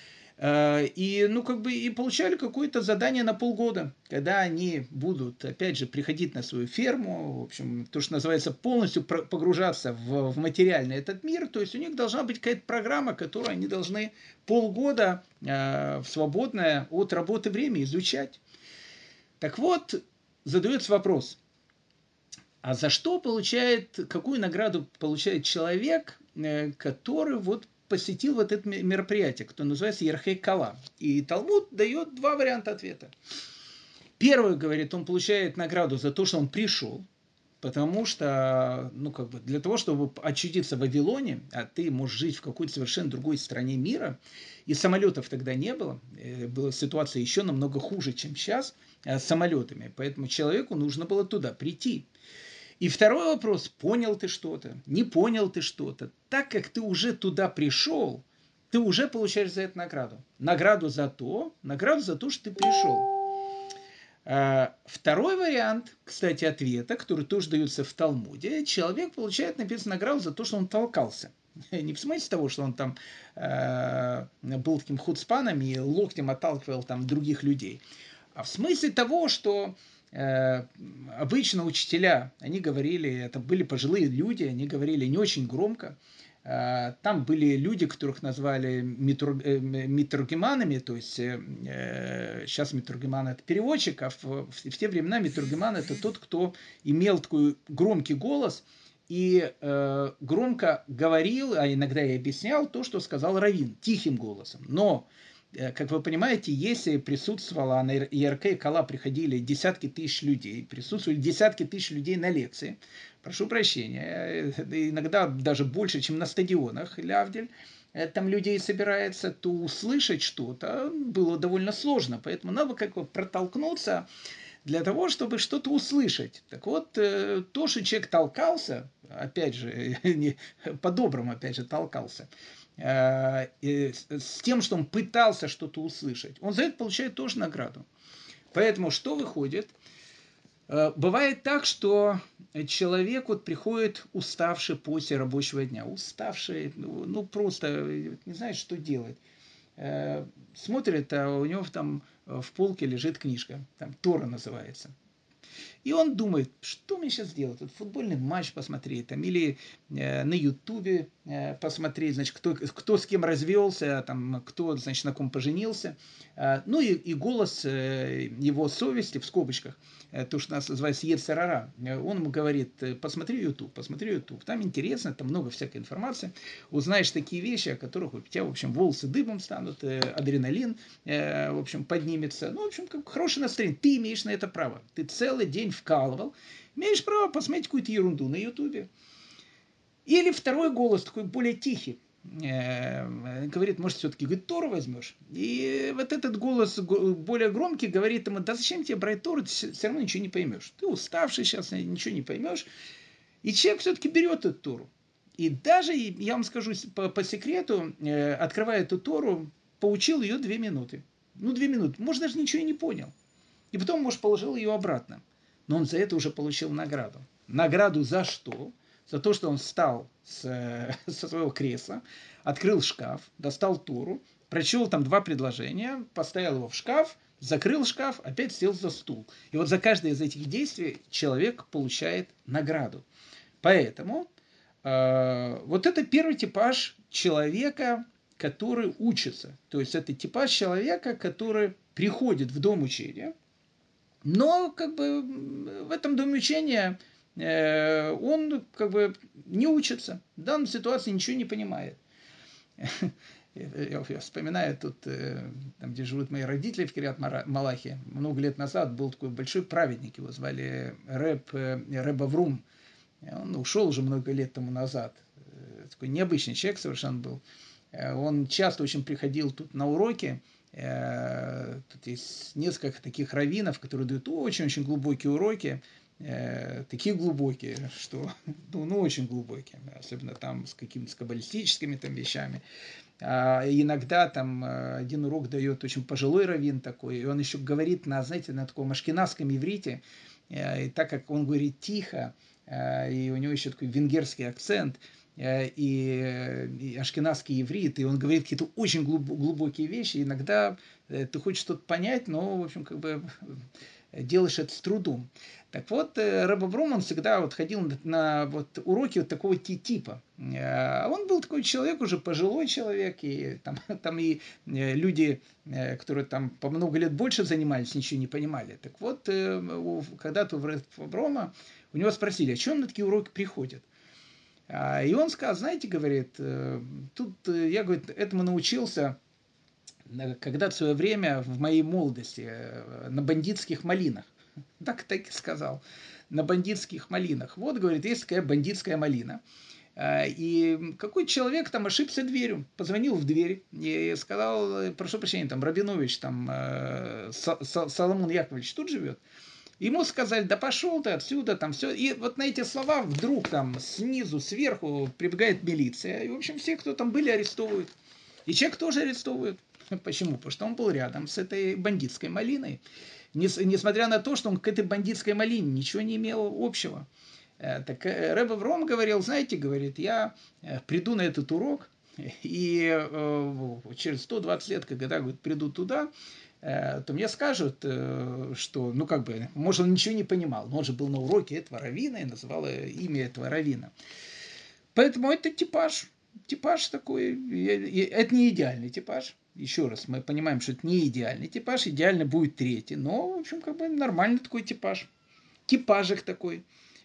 И, ну, как бы, и получали какое-то задание на полгода, когда они будут, опять же, приходить на свою ферму, в общем, то, что называется, полностью погружаться в, в материальный этот мир. То есть у них должна быть какая-то программа, которую они должны полгода э, в свободное от работы время изучать. Так вот, задается вопрос, а за что получает, какую награду получает человек, э, который вот посетил вот это мероприятие, которое называется Ярхей Кала. И Талмуд дает два варианта ответа. Первый, говорит, он получает награду за то, что он пришел, потому что, ну, как бы, для того, чтобы очутиться в Вавилоне, а ты можешь жить в какой-то совершенно другой стране мира, и самолетов тогда не было, была ситуация еще намного хуже, чем сейчас, с самолетами, поэтому человеку нужно было туда прийти. И второй вопрос, понял ты что-то, не понял ты что-то. Так как ты уже туда пришел, ты уже получаешь за это награду. Награду за то, награду за то, что ты пришел. Второй вариант, кстати, ответа, который тоже дается в Талмуде, человек получает, написано, награду за то, что он толкался. Не в смысле того, что он там э, был таким хуцпаном и локтем отталкивал там других людей, а в смысле того, что обычно учителя, они говорили, это были пожилые люди, они говорили не очень громко. Там были люди, которых назвали митургеманами, то есть сейчас митургеман это переводчик, а в, в те времена митургеман это тот, кто имел такой громкий голос и э, громко говорил, а иногда и объяснял то, что сказал раввин, тихим голосом. Но как вы понимаете, если присутствовала на Ярхей Кала, приходили десятки тысяч людей, присутствовали десятки тысяч людей на лекции, прошу прощения, иногда даже больше, чем на стадионах, лявдель, там людей собирается, то услышать что-то было довольно сложно, поэтому надо как бы протолкнуться для того, чтобы что-то услышать. Так вот, то, что человек толкался, опять же, по-доброму, опять же, толкался, с тем, что он пытался что-то услышать, он за это получает тоже награду. Поэтому что выходит? Бывает так, что человек вот приходит уставший после рабочего дня, уставший, ну просто не знает, что делать. Смотрит, а у него там в полке лежит книжка, там Тора называется. И он думает, что мне сейчас делать? Вот футбольный матч посмотреть, там, или э, на Ютубе э, посмотреть, значит, кто, кто с кем развелся, там, кто, значит, на ком поженился. Э, ну и, и голос э, его совести, в скобочках, э, то, что нас называется Йецер ара, э, он ему говорит, посмотри Ютуб, посмотри Ютуб, там интересно, там много всякой информации, узнаешь такие вещи, о которых у тебя, в общем, волосы дыбом станут, э, адреналин, э, в общем, поднимется. Ну, в общем, как хорошее настроение, ты имеешь на это право, ты целый день вкалывал, имеешь право посмотреть какую-то ерунду на Ютубе. Или второй голос, такой более тихий, э, говорит, может, все-таки говорит, Тору возьмешь. И вот этот голос более громкий говорит ему, да зачем тебе брать Тору, ты все равно ничего не поймешь. Ты уставший сейчас, ничего не поймешь. И человек все-таки берет эту Тору. И даже, я вам скажу по, по секрету, э, открывая эту Тору, поучил ее две минуты. Ну, две минуты. Может, даже ничего и не понял. И потом, может, положил ее обратно. Но он за это уже получил награду. Награду за что? За то, что он встал с, со своего кресла, открыл шкаф, достал Тору, прочел там два предложения, поставил его в шкаф, закрыл шкаф, опять сел за стул. И вот за каждое из этих действий человек получает награду. Поэтому э, вот это первый типаж человека, который учится. То есть это типаж человека, который приходит в дом учения, но как бы в этом доме учения э, он как бы не учится. В данной ситуации ничего не понимает. Я, я вспоминаю тут, там, где живут мои родители в Кирьят-Малахе, много лет назад был такой большой праведник, его звали Рэб, Рэб Аврум. Он ушел уже много лет тому назад. Такой необычный человек совершенно был. Он часто очень приходил тут на уроки. Тут есть несколько таких раввинов, которые дают очень-очень глубокие уроки. э, такие глубокие, что, ну, ну, очень глубокие, особенно там с какими-то каббалистическими там вещами. А иногда там один урок дает очень пожилой раввин такой, и он еще говорит на, знаете, на таком ашкеназском иврите, и так как он говорит тихо, и у него еще такой венгерский акцент, и, и ашкеназский иврит, и он говорит какие-то очень глубокие вещи, иногда ты хочешь что-то понять, но, в общем, как бы делаешь это с трудом. Так вот, Ребе Авром, он всегда вот ходил на, на вот уроки вот такого типа. А он был такой человек, уже пожилой человек, и там, там и люди, которые там по много лет больше занимались, ничего не понимали. Так вот, когда-то у Ребе Аврома у него спросили, а что он на такие уроки приходит? И он сказал, знаете, говорит, тут я, говорит, этому научился когда-то в свое время, в моей молодости, на бандитских малинах. Так, так и сказал. На бандитских малинах. Вот, говорит, есть такая бандитская малина. И какой человек там ошибся дверью, позвонил в дверь и сказал, прошу прощения, там, Рабинович, там, Соломон Яковлевич тут живет. Ему сказали, да пошел ты отсюда, там все. И вот на эти слова вдруг там снизу, сверху прибегает милиция. И, в общем, все, кто там были, арестовывают. И человек тоже арестовывают. Почему? Потому что он был рядом с этой бандитской малиной. Несмотря на то, что он к этой бандитской малине ничего не имел общего. Так Ребе Авром говорил, знаете, говорит, я приду на этот урок, и через сто двадцать лет, когда, говорит, приду туда, то мне скажут, что, ну, как бы, может, он ничего не понимал, но он же был на уроке этого раввина и называл имя этого раввина. Поэтому это типаж, типаж такой, это не идеальный типаж. Еще раз, мы понимаем, что это не идеальный типаж, идеально будет третий, но, в общем, как бы нормальный такой типаж. Типажик такой.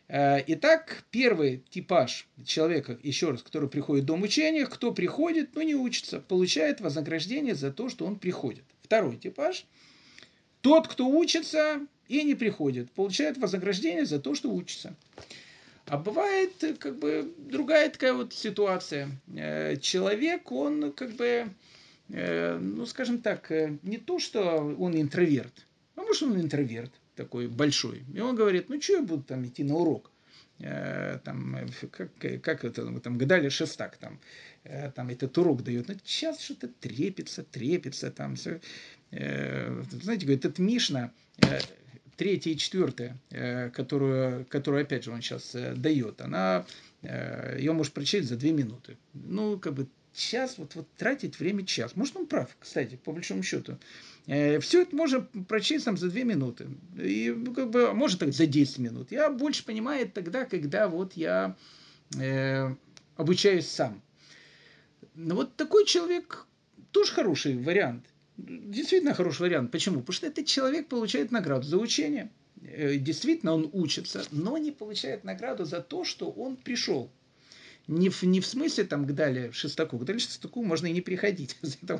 Итак, первый типаж человека, еще раз, который приходит в дом учения, кто приходит, но не учится, получает вознаграждение за то, что он приходит. Второй типаж. Тот, кто учится и не приходит, получает вознаграждение за то, что учится. А бывает, как бы, другая такая вот ситуация. Человек, он, как бы, ну, скажем так, не то, что он интроверт, а может, он интроверт такой большой. И он говорит, ну, что я буду там идти на урок? Там, как, как это, там, Гадали Шестак, там, там этот урок дает. Ну, сейчас что-то трепится, трепится, там, все. Знаете, говорит, это Мишна, третья и четвертая, которую, которую, опять же, он сейчас дает, она, ее можешь прочесть за две минуты. Ну, как бы, час, вот, вот тратить время час. Может, он прав, кстати, по большому счету. Все это можно прочесть там за две минуты. И, как бы, может, так, за десять минут. Я больше понимаю тогда, когда вот я э, обучаюсь сам. Но вот такой человек тоже хороший вариант. Действительно хороший вариант. Почему? Потому что этот человек получает награду за учение. Действительно, он учится, но не получает награду за то, что он пришел. Не в, не в смысле там к Дале Шестаку. К Дале Шестаку можно и не приходить.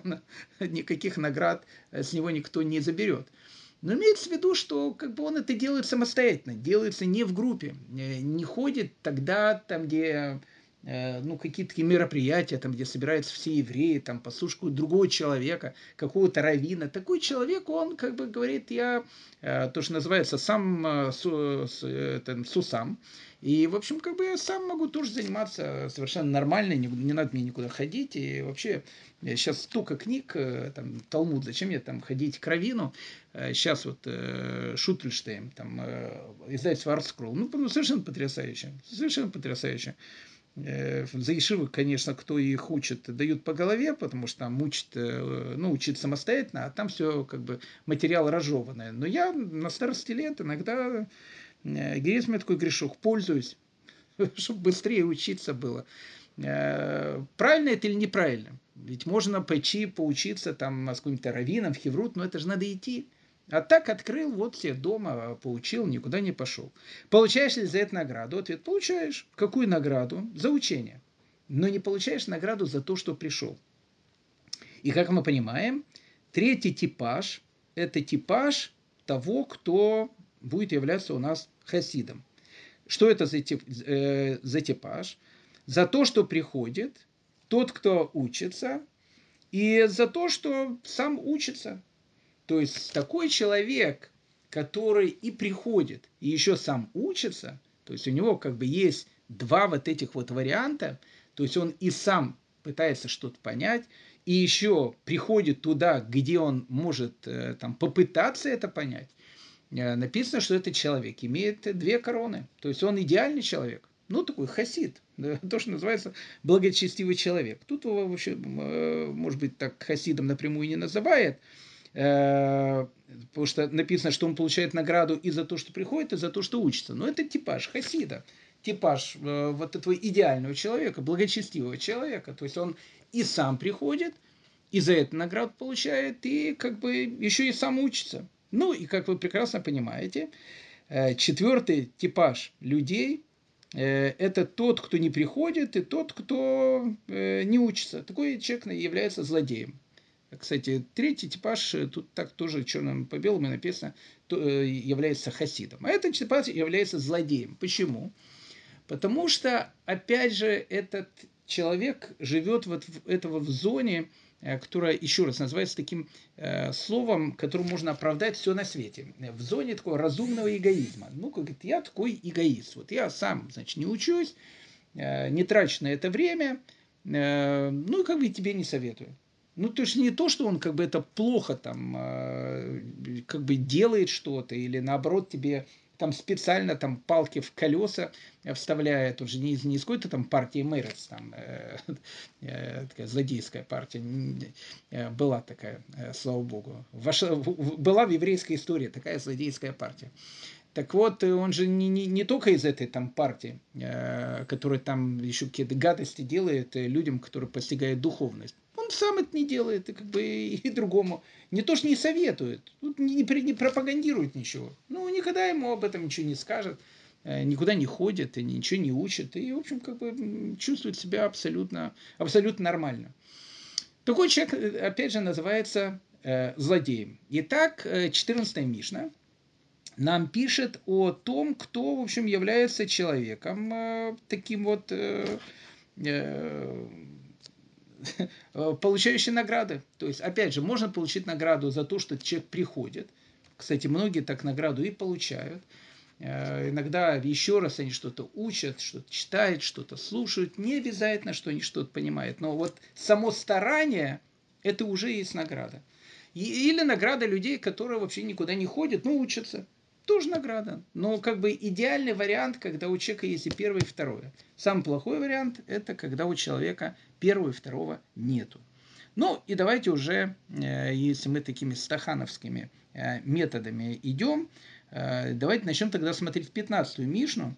Никаких наград с него никто не заберет. Но имеется в виду, что как бы он это делает самостоятельно, делается не в группе, не ходит тогда, там, где ну, какие-то такие мероприятия, там, где собираются все евреи, там, послушают другого человека, какого-то раввина. Такой человек, он как бы говорит, я, то, что называется, сам су, это, сусам. И, в общем, как бы я сам могу тоже заниматься совершенно нормально, не, не надо мне никуда ходить. И вообще, сейчас столько книг, там, Талмуд, зачем мне там ходить к раввину? Сейчас вот э, Шутельштейн, там, э, издательство ArtScroll, ну, ну, совершенно потрясающе, совершенно потрясающе. За ешивы, конечно, кто их учит, дают по голове, потому что там учат, ну, учить самостоятельно, а там все как бы материал разжеванный. Но я на старости лет иногда, есть у меня такой грешок, пользуюсь, чтобы быстрее учиться было. Правильно это или неправильно? Ведь можно пойти поучиться там с каким-то раввином в Хеврут, но это же надо идти. А так открыл, вот себе дома поучил, никуда не пошел. Получаешь ли за это награду? Ответ: получаешь. Какую награду? За учение. Но не получаешь награду за то, что пришел. И как мы понимаем, третий типаж – это типаж того, кто будет являться у нас хасидом. Что это за, тип, э, за типаж? За то, что приходит, тот, кто учится, и за то, что сам учится. То есть такой человек, который и приходит, и еще сам учится, то есть у него как бы есть два вот этих вот варианта, то есть он и сам пытается что-то понять, и еще приходит туда, где он может там попытаться это понять, написано, что этот человек имеет две короны, то есть он идеальный человек. Ну, такой хасид, да, то, что называется благочестивый человек. Тут его вообще, может быть, так хасидом напрямую не называет, потому что написано, что он получает награду и за то, что приходит, и за то, что учится. Но это типаж хасида, типаж вот этого идеального человека, благочестивого человека. То есть он и сам приходит, и за это награду получает, и как бы еще и сам учится. Ну, и как вы прекрасно понимаете, четвертый типаж людей – это тот, кто не приходит, и тот, кто не учится. Такой человек является злодеем. Кстати, третий типаж, тут так тоже черным по белому написано, является хасидом. А этот типаж является злодеем. Почему? Потому что, опять же, этот человек живет вот в, этого в зоне, которая, еще раз, называется таким э, словом, которым можно оправдать все на свете. В зоне такого разумного эгоизма. Ну, как говорит, я такой эгоист. Вот я сам, значит, не учусь, э, не трачу на это время, э, ну, и как бы тебе не советую. Ну, то есть не то, что он как бы это плохо там, э, как бы делает что-то, или наоборот тебе там специально там палки в колеса вставляет, он же не из, не из какой-то там партии Мерец, там э, э, такая злодейская партия, э, была такая, э, слава богу, Ваша, в, была в еврейской истории такая злодейская партия. Так вот, он же не, не, не только из этой там партии, э, которая там еще какие-то гадости делает людям, которые постигают духовность. Он сам это не делает, и как бы и другому. Не то, что не советует, не, не, не пропагандирует ничего. Ну, никогда ему об этом ничего не скажет, э, никуда не ходит, и ничего не учит. И, в общем, как бы чувствует себя абсолютно, абсолютно нормально. Такой человек, опять же, называется э, злодеем. Итак, четырнадцатая Мишна нам пишет о том, кто, в общем, является человеком э, таким вот, э, э, получающим награды. То есть, опять же, можно получить награду за то, что человек приходит. Кстати, многие так награду и получают. Э, иногда еще раз они что-то учат, что-то читают, что-то слушают. Не обязательно, что они что-то понимают. Но вот само старание, это уже есть награда. И, или награда людей, которые вообще никуда не ходят, но учатся. Тоже награда. Но как бы идеальный вариант, когда у человека есть и первое, и второе. Самый плохой вариант – это когда у человека первого и второго нету. Ну и давайте уже, если мы такими стахановскими методами идем, давайте начнем тогда смотреть пятнадцатую Мишну.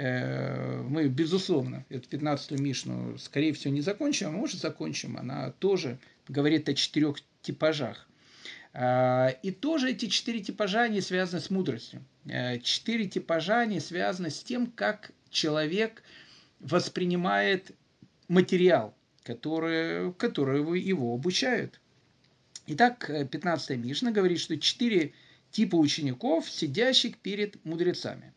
Мы, безусловно, эту пятнадцатую Мишну, скорее всего, не закончим, а может закончим. Она тоже говорит о четырех типажах. И тоже эти четыре типажа, они связаны с мудростью. Четыре типажа, они связаны с тем, как человек воспринимает материал, который, который его обучают. Итак, пятнадцатая Мишна говорит, что четыре типа учеников, сидящих перед мудрецами.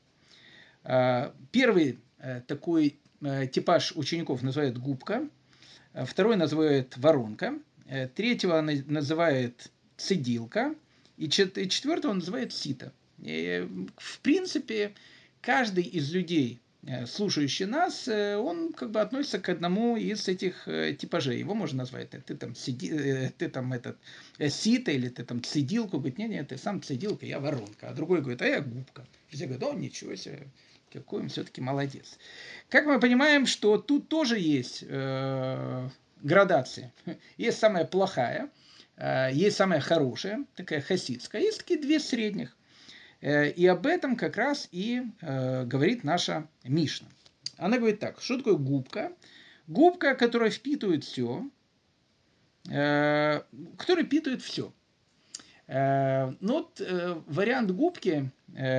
Первый такой типаж учеников называют губка, второй называют воронка, третьего называют цедилка, и четвертого он называет сито. И, в принципе, каждый из людей, слушающий нас, он как бы относится к одному из этих типажей. Его можно назвать, ты там, сиди, ты там этот, сито, или ты там цедилку. Говорит, нет, нет, ты сам цедилка, я воронка. А другой говорит, а я губка. Все говорят, о, ничего себе, какой он все-таки молодец. Как мы понимаем, что тут тоже есть э, градация. Есть самая плохая, есть самая хорошая, такая хасидская, есть такие две средних. И об этом как раз и говорит наша Мишна. Она говорит так, что такое губка? Губка, которая впитывает все, которая впитывает все. Но вот вариант губки,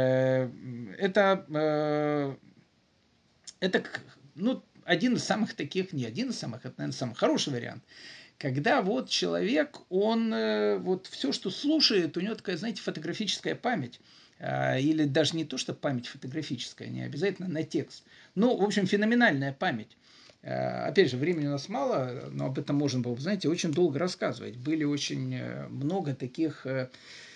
это, это ну, один из самых таких, не один из самых, это, наверное, самый хороший вариант. Когда вот человек, он вот все, что слушает, у него такая, знаете, фотографическая память. Или даже не то, что память фотографическая, не обязательно на текст. Ну, в общем, феноменальная память. Опять же, времени у нас мало, но об этом можно было, знаете, очень долго рассказывать. Были очень много таких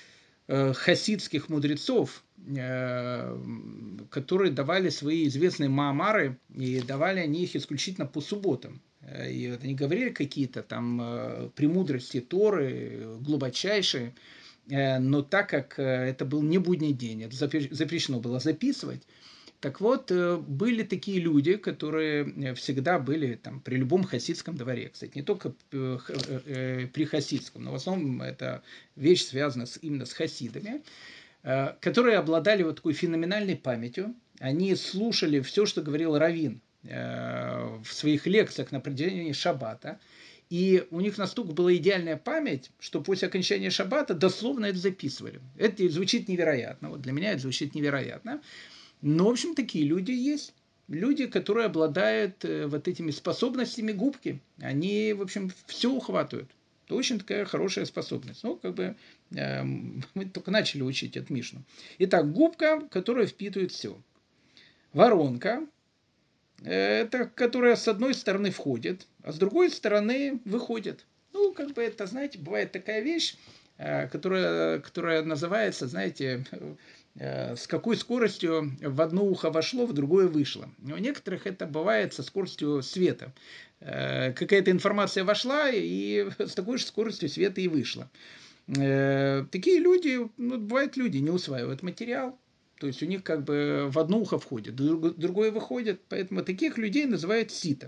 э, хасидских мудрецов, э, которые давали свои известные маамары, и давали они их исключительно по субботам. И вот они говорили какие-то там э, премудрости Торы, глубочайшие, э, но так как э, это был не будний день, это запрещено было записывать. Так вот, э, были такие люди, которые всегда были там, при любом хасидском дворе. Кстати, не только э, э, при хасидском, но в основном эта вещь связана с, именно с хасидами, э, которые обладали вот такой феноменальной памятью. Они слушали все, что говорил раввин э, в своих лекциях на определении шаббата. И у них настолько была идеальная память, что после окончания шаббата дословно это записывали. Это звучит невероятно. Вот для меня это звучит невероятно. Но, в общем, такие люди есть. Люди, которые обладают э, вот этими способностями губки. Они, в общем, все ухватывают. Это очень такая хорошая способность. Ну, как бы э, мы только начали учить эту Мишну. Итак, губка, которая впитывает все. Воронка, э, это которая с одной стороны входит, а с другой стороны выходит. Ну, как бы это, знаете, бывает такая вещь, э, которая, которая называется, знаете, с какой скоростью в одно ухо вошло, в другое вышло. У некоторых это бывает со скоростью света. Какая-то информация вошла, и с такой же скоростью света и вышла. Такие люди, ну, бывают люди, не усваивают материал. То есть у них как бы в одно ухо входит, другое выходит. Поэтому таких людей называют сито.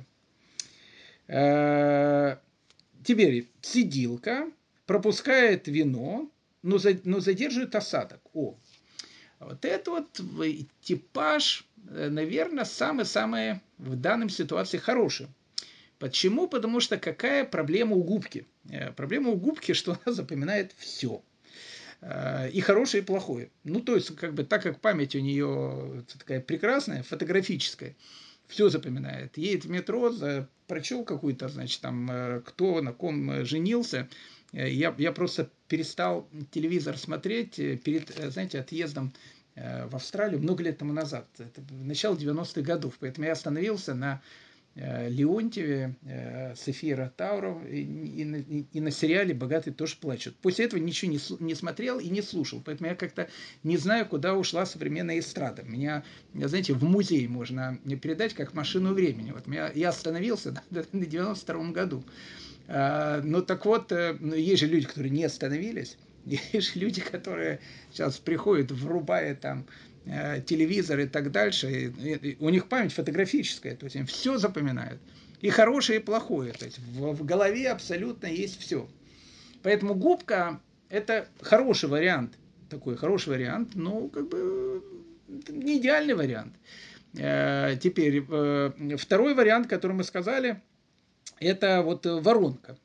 Теперь сидилка пропускает вино, но задерживает осадок. О, вот это вот типаж, наверное, самый-самый в данной ситуации хороший. Почему? Потому что какая проблема у губки? Проблема у губки, что она запоминает все. И хорошее, и плохое. Ну, то есть, как бы, так как память у нее такая прекрасная, фотографическая, все запоминает. Едет в метро, прочел какую-то, значит, там, кто на ком женился. Я, я просто перестал телевизор смотреть перед, знаете, отъездом в Австралию много лет тому назад. Это начало девяностых годов. Поэтому я остановился на Леонтьеве, София Тауров и, и, и на сериале «Богатые тоже плачут». После этого ничего не, не смотрел и не слушал. Поэтому я как-то не знаю, куда ушла современная эстрада. Меня, знаете, в музей можно передать как машину времени. Вот меня, я остановился на, на девяносто втором году. Ну так вот, есть же люди, которые не остановились. Есть же люди, которые сейчас приходят, врубая там телевизор и так дальше. И, и, у них память фотографическая, то есть они все запоминают. И хорошее, и плохое. То есть в, в голове абсолютно есть все. Поэтому губка – это хороший вариант. Такой хороший вариант, но как бы не идеальный вариант. Теперь второй вариант, который мы сказали, это вот воронка.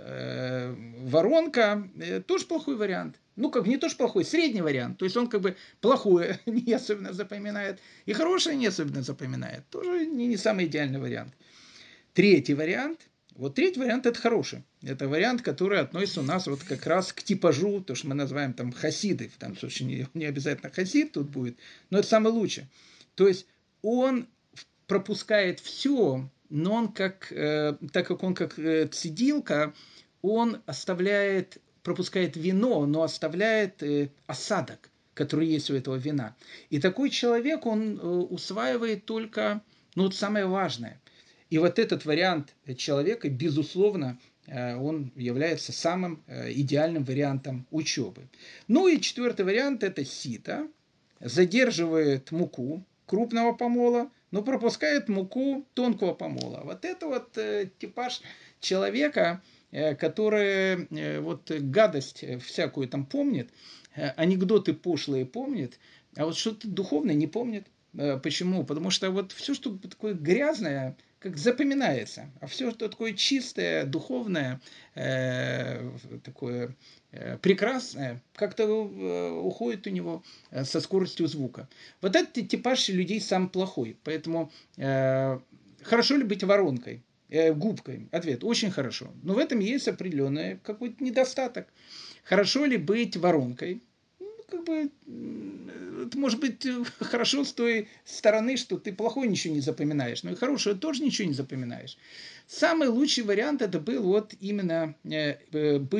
Воронка тоже плохой вариант. Ну, как не то, что плохой, средний вариант. То есть он как бы плохое не особенно запоминает, и хорошее не особенно запоминает. Тоже не, не самый идеальный вариант. Третий вариант. Вот третий вариант это хороший. Это вариант, который относится у нас вот как раз к типажу, то, что мы называем там хасиды. В том случае не, не обязательно хасид тут будет, но это самый лучший. То есть он пропускает все, но он как, э, так как он как э, цедилка, он оставляет, пропускает вино, но оставляет э, осадок, который есть у этого вина. И такой человек, он э, усваивает только, ну, вот самое важное. И вот этот вариант человека, безусловно, э, он является самым э, идеальным вариантом учебы. Ну и четвертый вариант – это сито, задерживает муку крупного помола, но пропускает муку тонкого помола. Вот это вот э, типаж человека, э, который э, вот гадость всякую там помнит, э, анекдоты пошлые помнит, а вот что-то духовное не помнит. Э, почему? Потому что вот все, что такое грязное, как запоминается, а все, что такое чистое, духовное, э, такое э, прекрасное, как-то э, уходит у него э, со скоростью звука. Вот этот типаж людей самый плохой. Поэтому э, хорошо ли быть воронкой, э, губкой? Ответ: очень хорошо. Но в этом есть определенный какой-то недостаток. Хорошо ли быть воронкой? Как бы, это может быть хорошо с той стороны, что ты плохое ничего не запоминаешь, но и хорошее тоже ничего не запоминаешь. Самый лучший вариант это был вот именно э, быть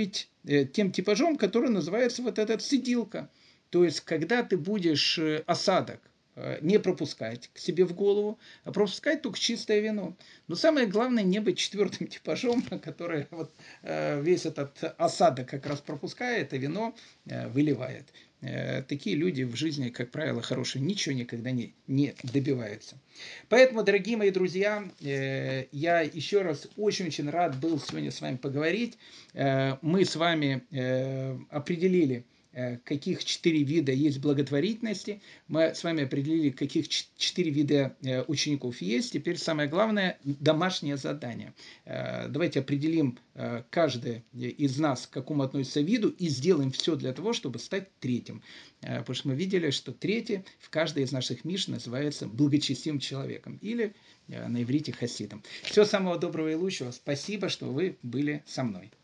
тем типажом, который называется вот этот сиделка. То есть, когда ты будешь осадок не пропускать к себе в голову, а пропускать только чистое вино. Но самое главное не быть четвертым типажом, который вот весь этот осадок как раз пропускает, а вино выливает. Такие люди в жизни, как правило, хорошие, ничего никогда не, не добиваются. Поэтому, дорогие мои друзья, я еще раз очень-очень рад был сегодня с вами поговорить. Мы с вами определили, каких четыре вида есть благотворительности. Мы с вами определили, каких четыре вида учеников есть. Теперь самое главное – домашнее задание. Давайте определим каждый из нас, к какому относится виду, и сделаем все для того, чтобы стать третьим. Потому что мы видели, что третий в каждой из наших миш называется благочестивым человеком или на иврите хасидом. Всего самого доброго и лучшего. Спасибо, что вы были со мной.